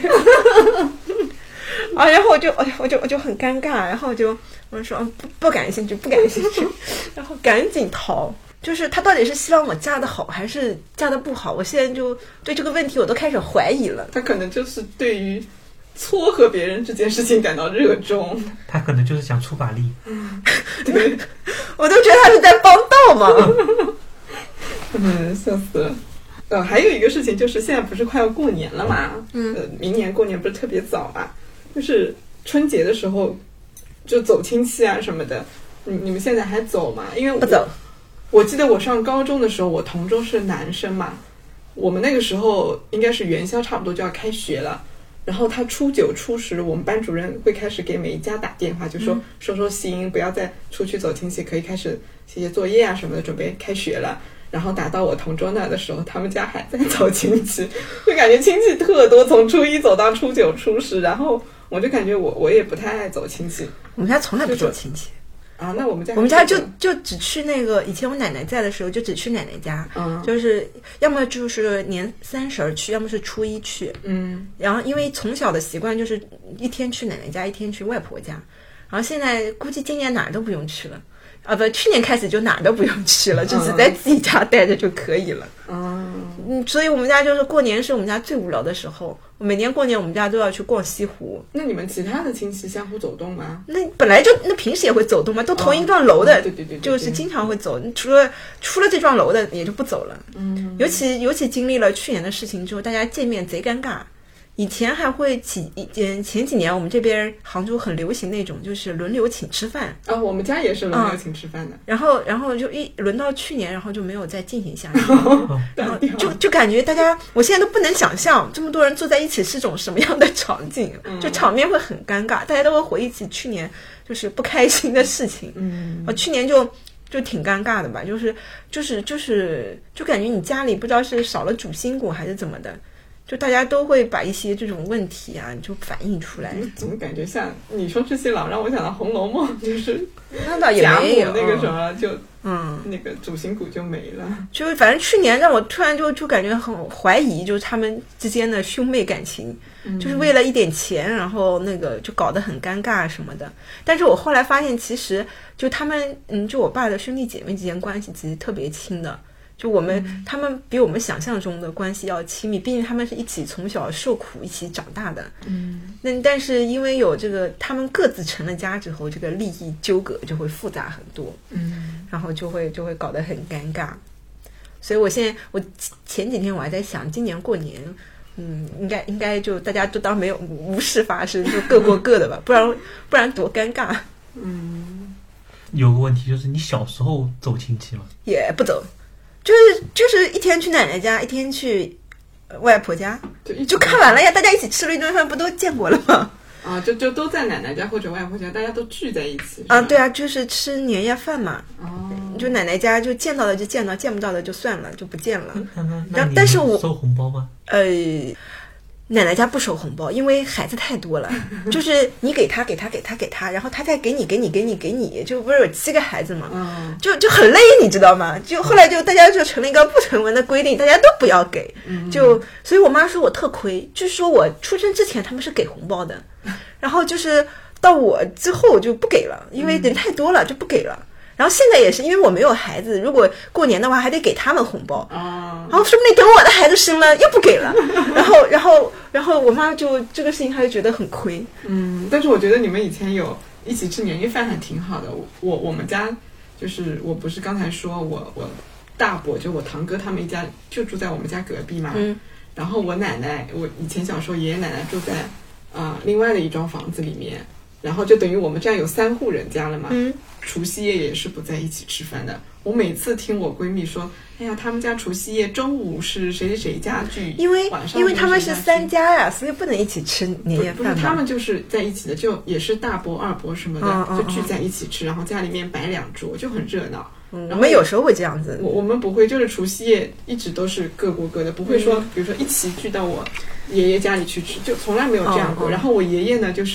啊？然后我就很尴尬，然后我就说不感兴趣，然后赶紧逃。就是他到底是希望我嫁得好还是嫁得不好，我现在就对这个问题我都开始怀疑了。 他可能就是对于撮合别人这件事情感到热衷， 他可能就是想出把力。 对， 我都觉得他是在帮倒嘛。 笑死了。还有一个事情就是现在不是快要过年了嘛，明年过年不是特别早嘛，就是春节的时候就走亲戚啊什么的，你们现在还走吗？因为不走。 我记得我上高中的时候，我同桌是男生嘛，我们那个时候应该是元宵差不多就要开学了，然后他初9、初10，我们班主任会开始给每一家打电话，就说收心，不要再出去走亲戚，可以开始写作业啊什么的，准备开学了。然后打到我同桌那的时候，他们家还在走亲戚，就感觉亲戚特多，从初1走到初9、初10，然后我就感觉我也不太爱走亲戚。 我们家从来不走亲戚。 啊，那我们家就只去那个，以前我奶奶在的时候就只去奶奶家，就是要么就是年30去，要么是初1去，然后因为从小的习惯就是一天去奶奶家，一天去外婆家，然后现在估计今年哪儿都不用去了，去年开始就哪儿都不用去了，就只在自己家待着就可以了。所以我们家就是过年是我们家最无聊的时候。每年过年我们家都要去逛西湖。 那你们其他的亲戚相互走动吗？ 那本来就平时也会走动嘛，都同一幢楼的， 对， 就是经常会走。除了这幢楼的也就不走了。尤其经历了去年的事情之后，大家见面贼尴尬。以前还会前几年我们这边杭州很流行那种，就是轮流请吃饭啊，我们家也是轮流请吃饭的。 然后就轮到去年，然后就没有再进行下去。然后就感觉大家，我现在都不能想象这么多人坐在一起是种什么样的场景，就场面会很尴尬，大家都会回忆起去年就是不开心的事情。去年就挺尴尬的吧，就感觉你家里不知道是少了主心骨还是怎么的。就大家都会把一些这种问题啊，就反映出来。 怎么感觉像你说这些老让我想到《红楼梦》，就是那倒也没有那个什么就那个主心骨就没了。 就反正去年让我突然就感觉很怀疑，就是他们之间的兄妹感情，就是为了一点钱，然后那个就搞得很尴尬什么的。但是我后来发现，其实就他们就我爸的兄弟姐妹之间关系其实特别亲的。就他们比我们想象中的关系要亲密，毕竟他们是一起从小受苦一起长大的。但是因为有这个，他们各自成了家之后，这个利益纠葛就会复杂很多。然后就会搞得很尴尬。所以我前几天我还在想，今年过年，应该就大家都当没有无事发生，就各过各的吧，不然多尴尬。 有个问题就是你小时候走亲戚吗？ 也不走。就是一天去奶奶家，一天去外婆家，就看完了呀。大家一起吃了一顿饭，不都见过了吗？ 就都在奶奶家或者外婆家，大家都聚在一起。 对啊，就是吃年夜饭嘛。就奶奶家就见到的就见到，见不到的就算了，就不见了。但是我收红包吗？ 奶奶家不收红包，因为孩子太多了，就是你给他，然后他再给你，就不是有7个孩子嘛，就很累，你知道吗？就后来就大家就成了一个不成文的规定，大家都不要给，所以我妈说我特亏，就是说我出生之前他们是给红包的，然后就是到我之后就不给了，因为人太多了就不给了。然后现在也是，因为我没有孩子，如果过年的话还得给他们红包，然后说不定等我的孩子生了又不给了，然后我妈就这个事情她就觉得很亏。 但是我觉得你们以前有一起吃年夜饭还挺好的。我们家就是我不是刚才说我大伯就我堂哥他们一家就住在我们家隔壁嘛，然后我奶奶我以前小时候爷爷奶奶住在另外的一幢房子里面，然后就等于我们这样有3户人家了嘛。除夕夜也是不在一起吃饭的。我每次听我闺蜜说，哎呀，他们家除夕夜中午是谁家聚， 因为他们是3家呀，所以不能一起吃年夜饭。 不是他们就是在一起的，就也是大伯二伯什么的，就聚在一起吃，然后家里面摆2桌，就很热闹。 我们有时候会这样子， 我们不会，就是除夕夜一直都是各过各的，不会说比如说一起聚到我爷爷家里去吃，就从来没有这样过。然后我爷爷呢，就是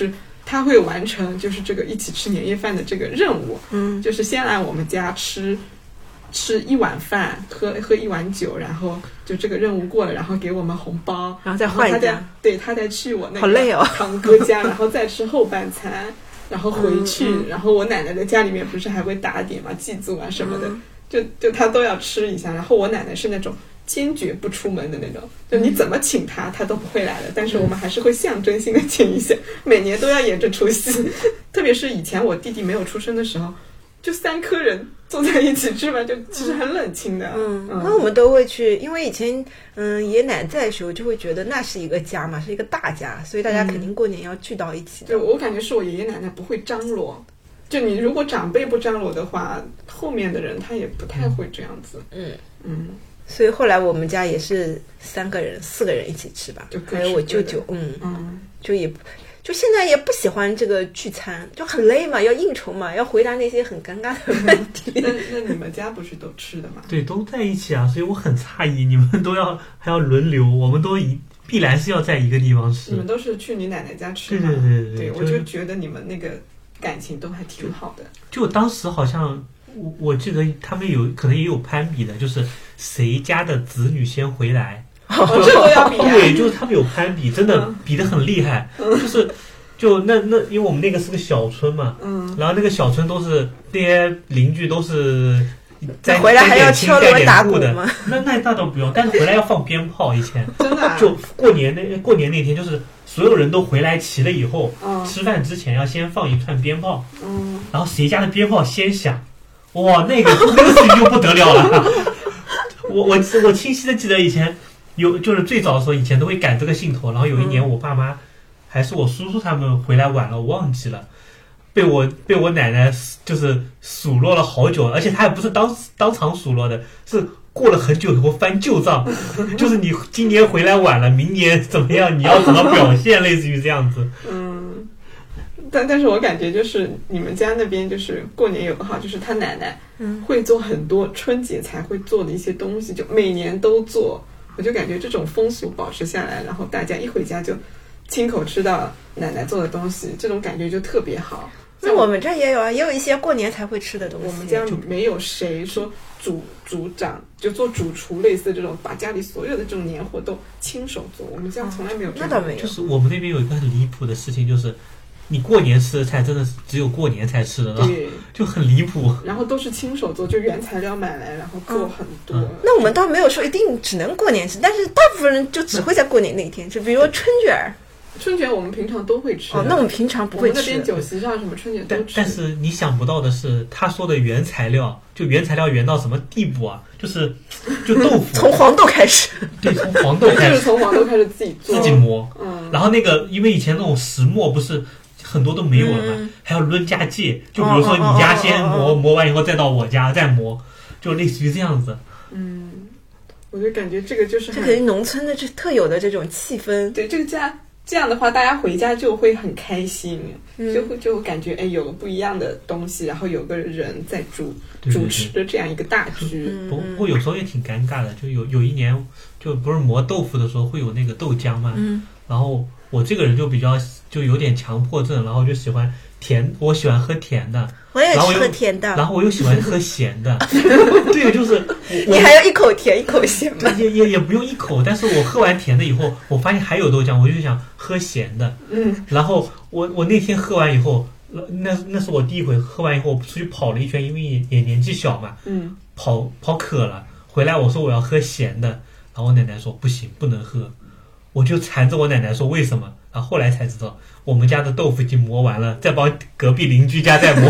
他会完成就是这个一起吃年夜饭的这个任务，就是先来我们家吃一碗饭，喝一碗酒，然后就这个任务过了，然后给我们红包， 然后再换一家， 对，他再去我那好累哦个堂哥家，然后再吃后半餐，然后回去，然后我奶奶在家里面不是还会打点嘛，祭祖啊什么的，就他都要吃一下。然后我奶奶是那种坚决不出门的那种，就你怎么请他都不会来的，但是我们还是会象征性的请一下，每年都要演这出戏。特别是以前我弟弟没有出生的时候，就3颗人坐在一起吃饭，就其实很冷清的。 那我们都会去，因为以前爷爷奶奶在的时候，就会觉得那是一个家嘛，是一个大家，所以大家肯定过年要聚到一起的。 对，我感觉是我爷爷奶奶不会张罗，就你如果长辈不张罗的话，后面的人他也不太会这样子。 所以后来我们家也是4个人一起吃吧，还有我舅舅，就现在也不喜欢这个聚餐，就很累嘛，要应酬嘛，要回答那些很尴尬的问题。 那你们家不是都吃的吗？ 对，都在一起啊，所以我很诧异，你们还要轮流，我们都必然是要在一个地方吃。 你们都是去你奶奶家吃吗？对，我就觉得你们那个感情都还挺好的。 就当时好像我记得他们可能也有攀比的，就是谁家的子女先回来。 这都要比啊！ 对，就是他们有攀比，真的比得很厉害。就那因为我们那个是个小村嘛，然后那个小村都是那些邻居都是在回来还要敲锣打鼓的， 那倒不用，但是回来要放鞭炮。以前真的就过年那天，就是所有人都回来齐了以后，吃饭之前要先放一串鞭炮，然后谁家的鞭炮先响，哇，那个事情就不得了了。我清晰的记得以前。就是最早的时候，以前都会赶这个兴头，然后有一年我爸妈还是我叔叔他们回来晚了，我忘记了，被我奶奶就是数落了好久，而且他也不是当场数落的，是过了很久以后翻旧账，就是你今年回来晚了，明年怎么样，你要怎么表现，类似于这样子。 但是我感觉就是你们家那边就是过年有个好，就是他奶奶会做很多春节才会做的一些东西，就每年都做。我就感觉这种风俗保持下来，然后大家一回家就亲口吃到奶奶做的东西，这种感觉就特别好。 那我们这也有啊，也有一些过年才会吃的东西。 我们家没有谁说组长就做主厨，类似这种把家里所有的这种年货都亲手做，我们家从来没有这样。 那倒没有。 就是我们那边有一个很离谱的事情，就是你过年吃的菜真的是只有过年才吃的， 对， 就很离谱。 然后都是亲手做，就原材料买来，然后做很多。 那我们倒没有说一定只能过年吃，但是大部分人就只会在过年那天吃，比如说春卷儿。 春卷我们平常都会吃。 那我们平常不会吃。 我们那边酒席上什么春卷都吃。 但是你想不到的是，他说的原材料，就原材料原到什么地步啊？就豆腐， 从黄豆开始。 对，从黄豆开始， 就是从黄豆开始自己做， 自己磨。然后那个，因为以前那种石磨不是很多都没有了嘛，还要抡家界。就比如说你家先磨完以后，再到我家再磨，就类似于这样子。 我就感觉这个就是这个农村的这特有的这种气氛。 对，这个家这样的话，大家回家就会很开心，就感觉有个不一样的东西，然后有个人在主持的这样一个大局。 不过有时候也挺尴尬的，就有一年就不是磨豆腐的时候会有那个豆浆嘛，然后我这个人就有点强迫症，然后就喜欢甜，我喜欢喝甜的。 我也吃喝甜的， 然后我又喜欢喝咸的。对，就是你还要一口甜一口咸吗？ 也不用一口，但是我喝完甜的以后，我发现还有豆浆，我就想喝咸的。然后我那天喝完以后，那是我第一回喝完以后，我出去跑了一圈，因为也年纪小嘛，跑渴了，回来我说我要喝咸的，然后我奶奶说不行，不能喝，我就缠着我奶奶说为什么？然后后来才知道，我们家的豆腐已经磨完了，再帮隔壁邻居家再磨。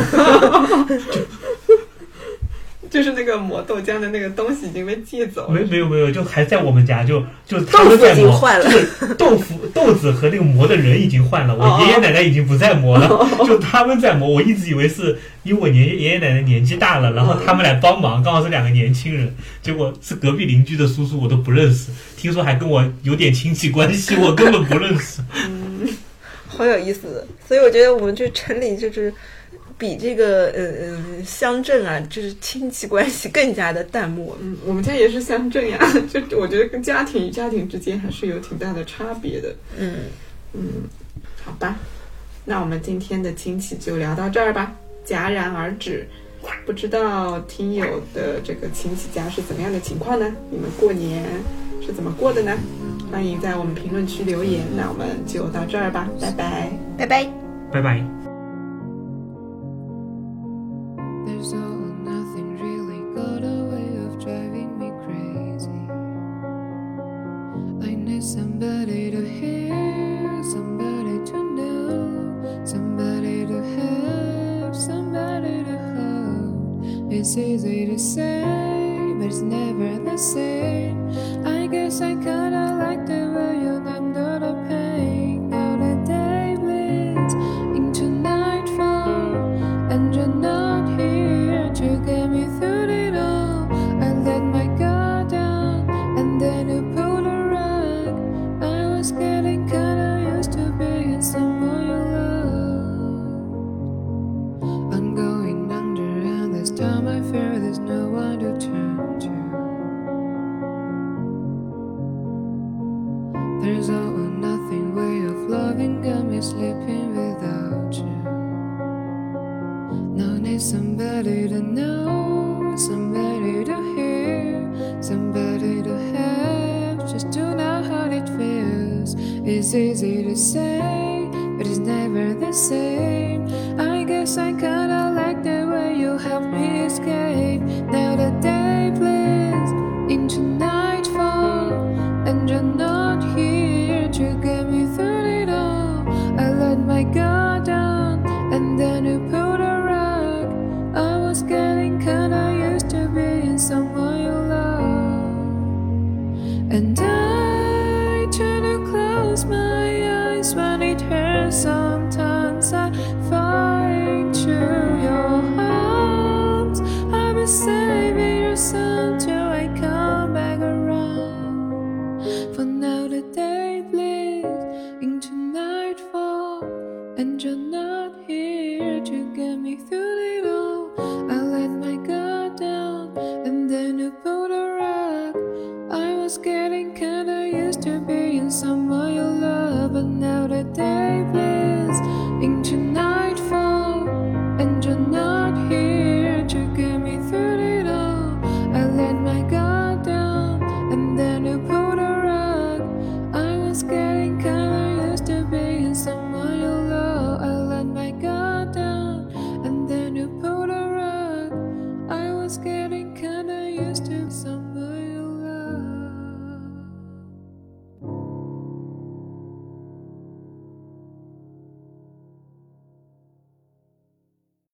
就是那个磨豆浆的那个东西已经被借走了。 没有，就还在我们家，就是他们在磨，就是豆子和那个磨的人已经换了，我爷爷奶奶已经不再磨了，就他们在磨。我一直以为是因为我爷爷奶奶年纪大了，然后他们来帮忙，刚好是2个年轻人，结果是隔壁邻居的叔叔，我都不认识，听说还跟我有点亲戚关系，我根本不认识。 好有意思，所以我觉得我们这城里就是比这个乡镇啊，就是亲戚关系更加的淡漠。 我们家也是乡镇呀，就我觉得跟家庭与家庭之间还是有挺大的差别的。好吧。 那我们今天的亲戚就聊到这儿吧，戛然而止。不知道听友的这个亲戚家是怎么样的情况呢？你们过年是怎么过的呢？欢迎在我们评论区留言。那我们就到这儿吧，拜拜， 拜拜， 拜拜。 There's all or nothing really got a way of driving me crazy. I need somebody to hear, somebody to know, somebody to have, somebody to hold. It's easy to say, but it's never the same. I guess I kinda like the way you under the pain. Now the day bleeds into nightfall, and you're not here to get me through it all. I let my guard down, and then you pulled the rug. I was getting kinda used to being someone you love. I'm going under, and this time I fear there's no one to turn to. There's all or nothing way of loving, got me sleeping without you. Now I need somebody to know, somebody to hear, somebody to have, just to know how it feels. It's easy to say, but it's never the same. I guess I kinda like the way you help me escape. Now the day bleeds into nightfall, and you're not here to get me through it all. I let my guard down, and then you pulled a rug. I was getting kinda used to being someone you love. And I try to close my eyes when it hurts. Sometimes I fall into your arms. I'll be saving your son till I come back around. For now the day bleeds into nightfall, and you're not here to get me through it all. I let my guard down, and then you pulled a rug. I was getting kinda used to being someone you love.